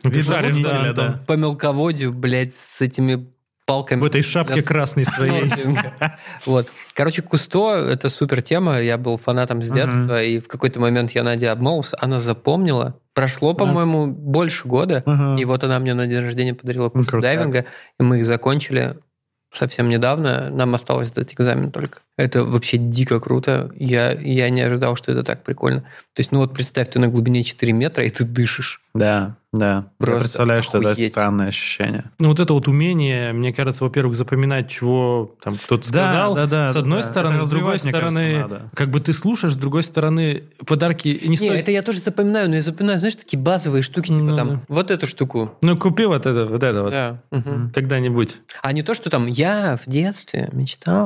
по мелководью, блядь, с этими палками. В этой шапке красной своей. Вот. Короче, Кусто — это супер тема. Я был фанатом с детства, и в какой-то момент я Наде обмолвился. Она запомнила. Прошло, по-моему, больше года, и вот она мне на день рождения подарила курсы дайвинга, и мы их закончили совсем недавно. Нам осталось сдать экзамен только. Это вообще дико круто. Я не ожидал, что это так прикольно. То есть, ну вот представь, ты на глубине 4 метра, и ты дышишь. Да. Я представляю, что это странное ощущение. Ну, вот это вот умение, мне кажется, во-первых, запоминать, чего там кто-то сказал. С одной стороны, с другой стороны, как бы ты слушаешь, с другой стороны, подарки не стоят. Это я тоже запоминаю, но я запоминаю, знаешь, такие базовые штуки, типа там, вот эту штуку. Ну, купи вот это вот. Да. Когда-нибудь. А не то, что там я в детстве мечтал.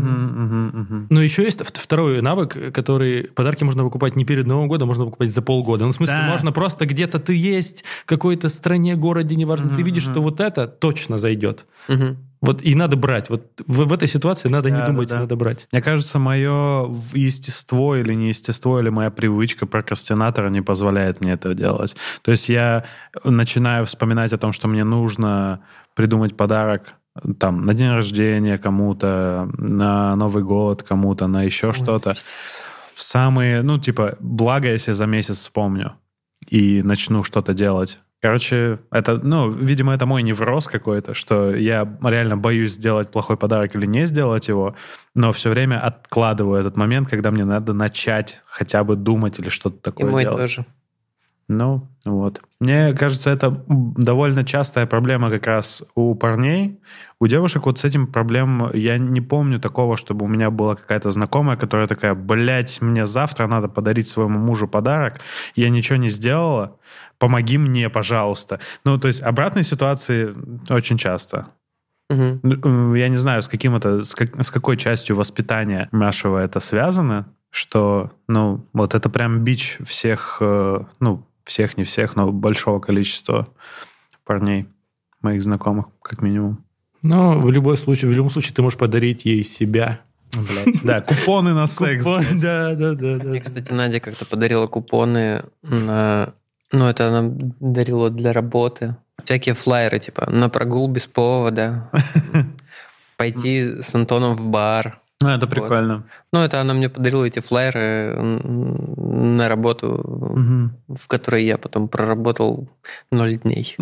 Но еще есть второй навык, который подарки можно покупать не перед Новым годом, можно покупать за полгода. Ну, в смысле, можно просто где-то ты есть, какой-то стране, городе, неважно, ты видишь, что вот это точно зайдет. Мгм. Вот и надо брать. Вот в этой ситуации надо не Да, думать, да, да. надо брать. Мне кажется, мое естество или не естество, или моя привычка прокрастинатора не позволяет мне это делать. То есть я начинаю вспоминать о том, что мне нужно придумать подарок там на день рождения кому-то, на Новый год кому-то, на еще что-то. Пиздец. В самые, ну, типа, благо, если за месяц вспомню и начну что-то делать. Короче, это, ну, видимо, это мой невроз какой-то, что я реально боюсь сделать плохой подарок или не сделать его, но все время откладываю этот момент, когда мне надо начать хотя бы думать или что-то И такое мой делать. тоже. Ну, вот. Мне кажется, это довольно частая проблема как раз у парней. У девушек вот с этим проблем я не помню такого, чтобы у меня была какая-то знакомая, которая такая, блядь, мне завтра надо подарить своему мужу подарок, я ничего не сделала, помоги мне, пожалуйста. Ну, то есть обратной ситуации очень часто. Мгм. Я не знаю, с какой частью воспитания нашего это связано, что, ну, вот это прям бич всех, ну, всех, не всех, но большого количества парней, моих знакомых, как минимум. Но в любом случае ты можешь подарить ей себя. Блядь. Да, купоны на секс. Купон, да. Мне, кстати, Надя как-то подарила купоны на... Ну, это она дарила для работы. Всякие флаеры, типа, на прогул без повода. Пойти с Антоном в бар. Ну, это прикольно. Ну, это она мне подарила эти флаеры на работу, Мгм. в которой я потом проработал 0 дней.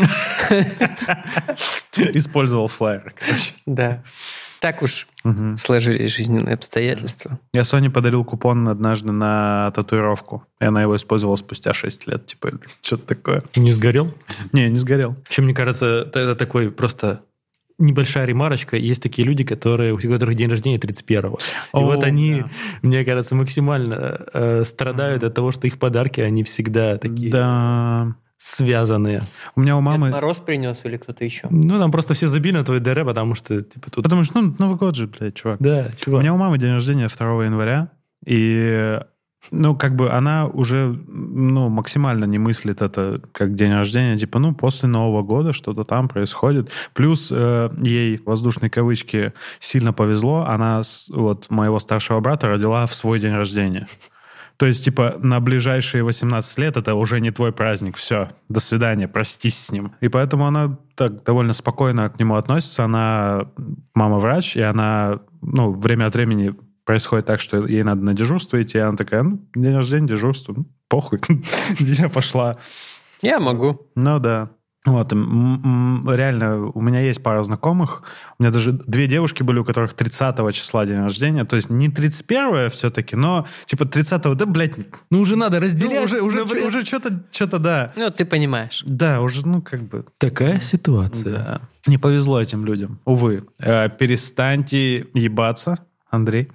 Использовал флаер, короче. Да. Так уж Мгм. сложились жизненные обстоятельства. Я Соне подарил купон однажды на татуировку, и она его использовала спустя 6 лет, типа, что-то такое. Не сгорел? Не горел. Чем мне кажется, это такой просто небольшая ремарочка. Есть такие люди, у которых день рождения 31-го. И О, вот они, да. мне кажется, максимально страдают от того, что их подарки, они всегда такие Да. связанные. У меня у Дед мамы... Мороз принес или кто-то еще? Ну, там просто все забили на твой ДР, потому что, типа, тут... Потому что, ну, Новый год же, блядь, чувак. Да, У чувак. меня у мамы день рождения 2 января, и, ну, как бы она уже, ну, максимально не мыслит это как день рождения, типа, ну, после Нового года что-то там происходит. Плюс ей, воздушные кавычки, сильно повезло, она вот моего старшего брата родила в свой день рождения. То есть, типа, на ближайшие 18 лет это уже не твой праздник. Все, до свидания, простись с ним. И поэтому она так довольно спокойно к нему относится. Она мама-врач, и она, ну, время от времени происходит так, что ей надо на дежурство идти, и она такая, ну, день рождения, дежурство, ну, похуй, я пошла. Я могу. Ну, да. Вот, реально, у меня есть пара знакомых. У меня даже 2 девушки были, у которых 30 числа день рождения. То есть не 31 все-таки, но типа 30-го, да, блядь, Ну, уже надо ну, разделять. уже что-то, да. Ну, ты понимаешь. Да, уже, ну, как бы, Такая ситуация. да. Не повезло этим людям. Увы. Перестаньте ебаться, Андрей.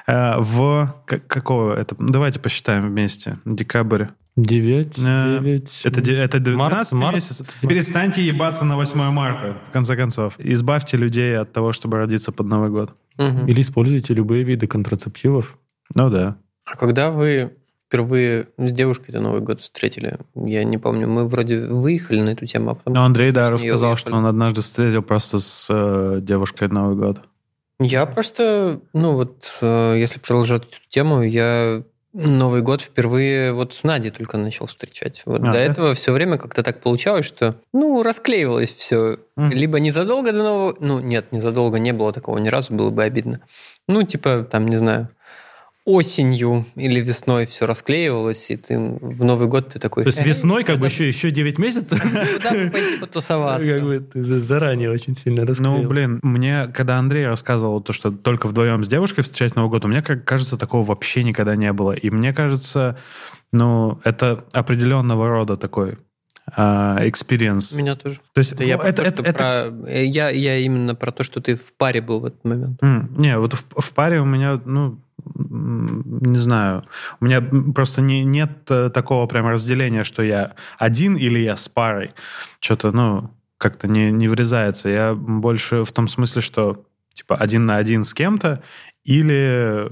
Какого это? Давайте посчитаем вместе. Декабрь. 9. Это 12 март. месяц. Перестаньте ебаться на 8 марта, в конце концов. Избавьте людей от того, чтобы родиться под Новый год. Мгм. Или используйте любые виды контрацептивов. Ну да. А когда вы впервые с девушкой-то Новый год встретили? Я не помню. Мы вроде выехали на эту тему, а потом... Но Андрей, да, с неё рассказал, уехали. что он однажды встретил просто с девушкой Новый год. Я просто, ну вот, если продолжать эту тему, я Новый год впервые вот с Надей только начал встречать. Вот до да? этого все время как-то так получалось, что, ну, расклеивалось все. Мгм. Либо незадолго до Нового... Ну, нет, незадолго не было такого ни разу, было бы обидно. Ну, типа, там, не знаю, осенью или весной все расклеивалось, и ты в Новый год ты такой... То есть весной как бы еще 9 месяцев. Куда бы пойти потусоваться? Как бы ты заранее очень сильно расклеил. Ну, блин, мне, когда Андрей рассказывал то, что только вдвоем с девушкой встречать Новый год, у меня, кажется, такого вообще никогда не было. И мне кажется, ну, это определенного рода такой experience. Меня тоже. То есть Это я про то, что я именно про то, что ты в паре был в этот момент. Не, вот в паре у меня, ну, не знаю, у меня просто нет такого прям разделения, что я один или я с парой. Что-то, ну, как-то не врезается. Я больше в том смысле, что типа 1 на 1 с кем-то или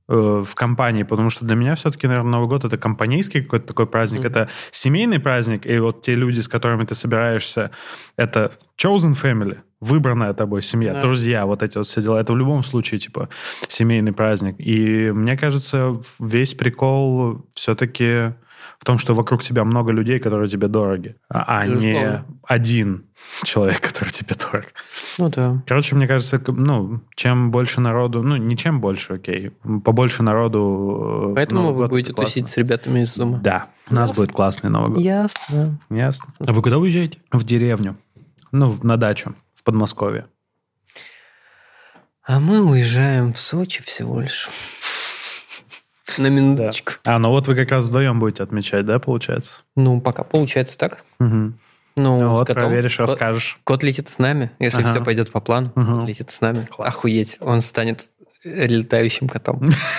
в компании, потому что для меня все-таки, наверное, Новый год — это компанейский какой-то такой праздник, это семейный праздник, и вот те люди, с которыми ты собираешься, это chosen family, выбранная тобой семья, друзья, вот эти вот все дела. Это в любом случае, типа, семейный праздник. И мне кажется, весь прикол все-таки в том, что вокруг тебя много людей, которые тебе дороги, а не один человек, который тебе дорог. Ну да. Короче, мне кажется, чем больше народу, не чем больше, окей, побольше народу. Поэтому вы будете тусить с ребятами из Зума. Да, у нас будет классный Новый год. Ясно. А вы куда уезжаете? В деревню. На дачу в Подмосковье. А мы уезжаем в Сочи всего лишь. На минуточку. Да. Вот вы как раз вдвоем будете отмечать, да, получается? Пока получается так. Угу. Вот проверишь, расскажешь. Кот летит с нами, если все пойдет по плану. Кот летит с нами. Класс. Охуеть, он станет летающим котом.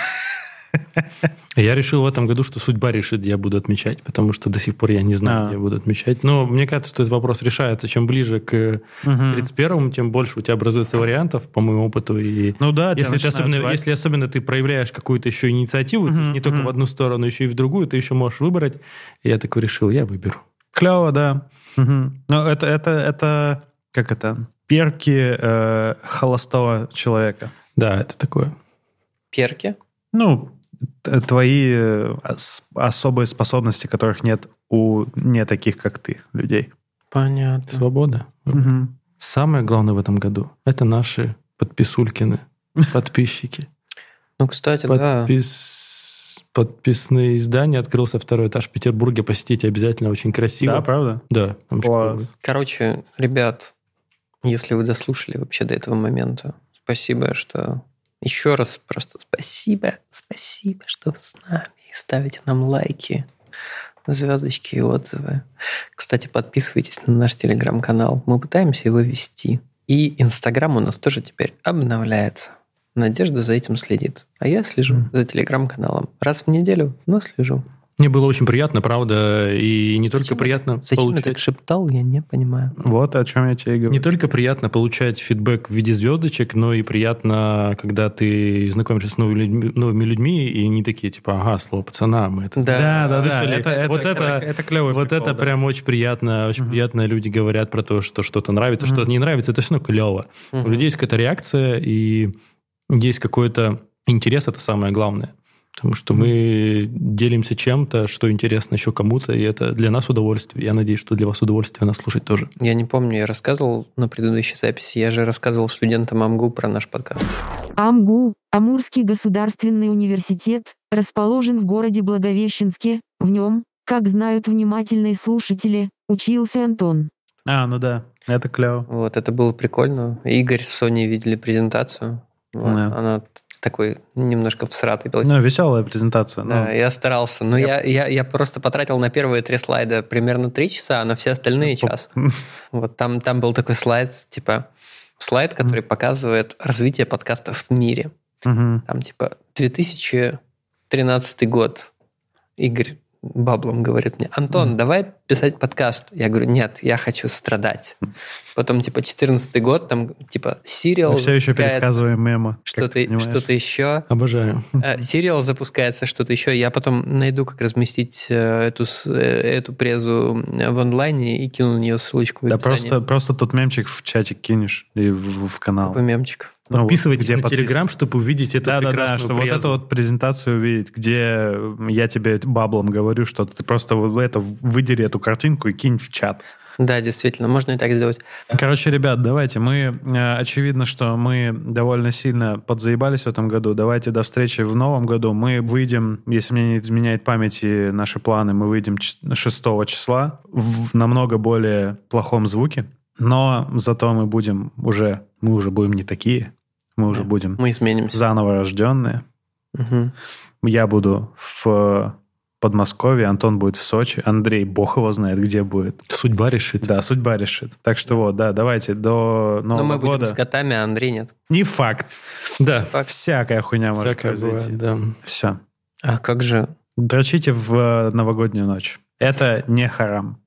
Я решил в этом году, что судьба решит, я буду отмечать, потому что до сих пор я не знаю, где я буду отмечать. Но мне кажется, что этот вопрос решается. Чем ближе к 31-му, тем больше у тебя образуется вариантов, по моему опыту. И если особенно ты проявляешь какую-то еще инициативу, не только в одну сторону, еще и в другую, ты еще можешь выбрать. И я такой решил, я выберу. Клево, да. Но это как это? Перки холостого человека. Да, это такое. Перки? Твои особые способности, которых нет у не таких, как ты, людей. Понятно. Свобода. Самое главное в этом году – это наши подписулькины, подписчики. Кстати, да. Подписные издания. Открылся второй этаж в Петербурге. Посетите обязательно, очень красиво. Да, правда? Да. Короче, ребят, если вы дослушали вообще до этого момента, спасибо, что... Еще раз просто спасибо, что вы с нами. И ставите нам лайки, звездочки и отзывы. Кстати, подписывайтесь на наш телеграм-канал. Мы пытаемся его вести. И Инстаграм у нас тоже теперь обновляется. Надежда за этим следит. А я слежу за телеграм-каналом. Раз в неделю, но слежу. Мне было очень приятно, правда, и не только приятно Зачем получать... ты так шептал, я не понимаю. Вот о чем я тебе и говорю. Не только приятно получать фидбэк в виде звездочек, но и приятно, когда ты знакомишься с новыми людьми, и не такие, типа, ага, слово пацана, мы это... Да. Это клевый прикол, это прям очень приятно, очень приятно. Люди говорят про то, что что-то нравится, что-то не нравится, это все равно клево. У людей есть какая-то реакция, и есть какой-то интерес, это самое главное. Потому что мы делимся чем-то, что интересно еще кому-то, и это для нас удовольствие. Я надеюсь, что для вас удовольствие нас слушать тоже. Я не помню, я рассказывал на предыдущей записи, я же рассказывал студентам АМГУ про наш подкаст. АМГУ, Амурский государственный университет, расположен в городе Благовещенске. В нем, как знают внимательные слушатели, учился Антон. Да, это клево. Вот, это было прикольно. Игорь с Соней видели презентацию. Вот, она... такой немножко всратый. Веселая презентация. Да, я старался. Но я просто потратил на первые 3 слайда примерно 3 часа, а на все остальные час. Вот там был такой слайд, который показывает развитие подкастов в мире. Там 2013 год. Игорь баблом говорит мне: Антон, давай писать подкаст. Я говорю: нет, я хочу страдать. Потом 14 год, там Serial. Мы все еще пересказываем мемо. Что-то еще. Обожаю. Serial запускается, что-то еще. Я потом найду, как разместить эту презу в онлайне и кину на нее ссылочку в описании. Да, просто тот мемчик в чатик кинешь и в канал. Какой мемчик? Подписывайтесь на Телеграм, чтобы увидеть эту прекрасную чтобы вот эту вот презентацию увидеть, где я тебе баблом говорю, что ты просто выдери эту картинку и кинь в чат. Да, действительно, можно и так сделать. Короче, ребят, давайте. Очевидно, что мы довольно сильно подзаебались в этом году. Давайте до встречи в новом году. Мы выйдем, если мне не изменяет память и наши планы, мы выйдем 6 числа в намного более плохом звуке. Но зато мы уже будем не такие. Мы уже будем мы изменимся. Заново рожденные. Угу. Я буду в Подмосковье, Антон будет в Сочи, Андрей бог его знает, где будет. Судьба решит. Да, судьба решит. Так что давайте до Нового года. Но мы будем с котами, а Андрей нет. Не факт. Да. Всякая хуйня может произойти. Бывает, да. Все. А как же? Дрочите в новогоднюю ночь. Это не харам.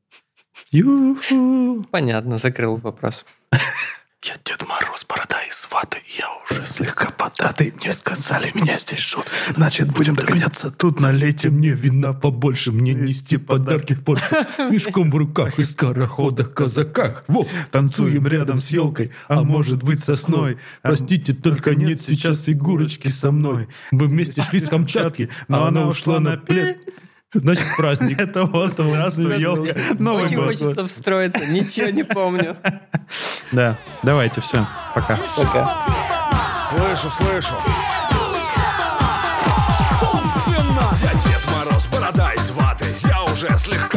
Понятно, закрыл вопрос. Я Дед Мороз, борода из ваты, я уже слегка под Да ты мне сказали, меня здесь ждут. Значит, будем догоняться тут. Налейте мне вина побольше, мне нести подарки в Польшу. С мешком в руках и скороходах казаках. Во, Танцуем рядом с елкой, а может быть сосной. Простите, только нет сейчас Егорочки со мной. Мы вместе шли с Камчатки, но она ушла на пет. Значит, праздник. Это вот, здравствуй, елка. Новый Очень год. хочется встроиться, ничего не помню. Да, давайте, все, пока. Пока. Слышу. Собственно, я Дед Мороз, борода из ваты. Я уже слегка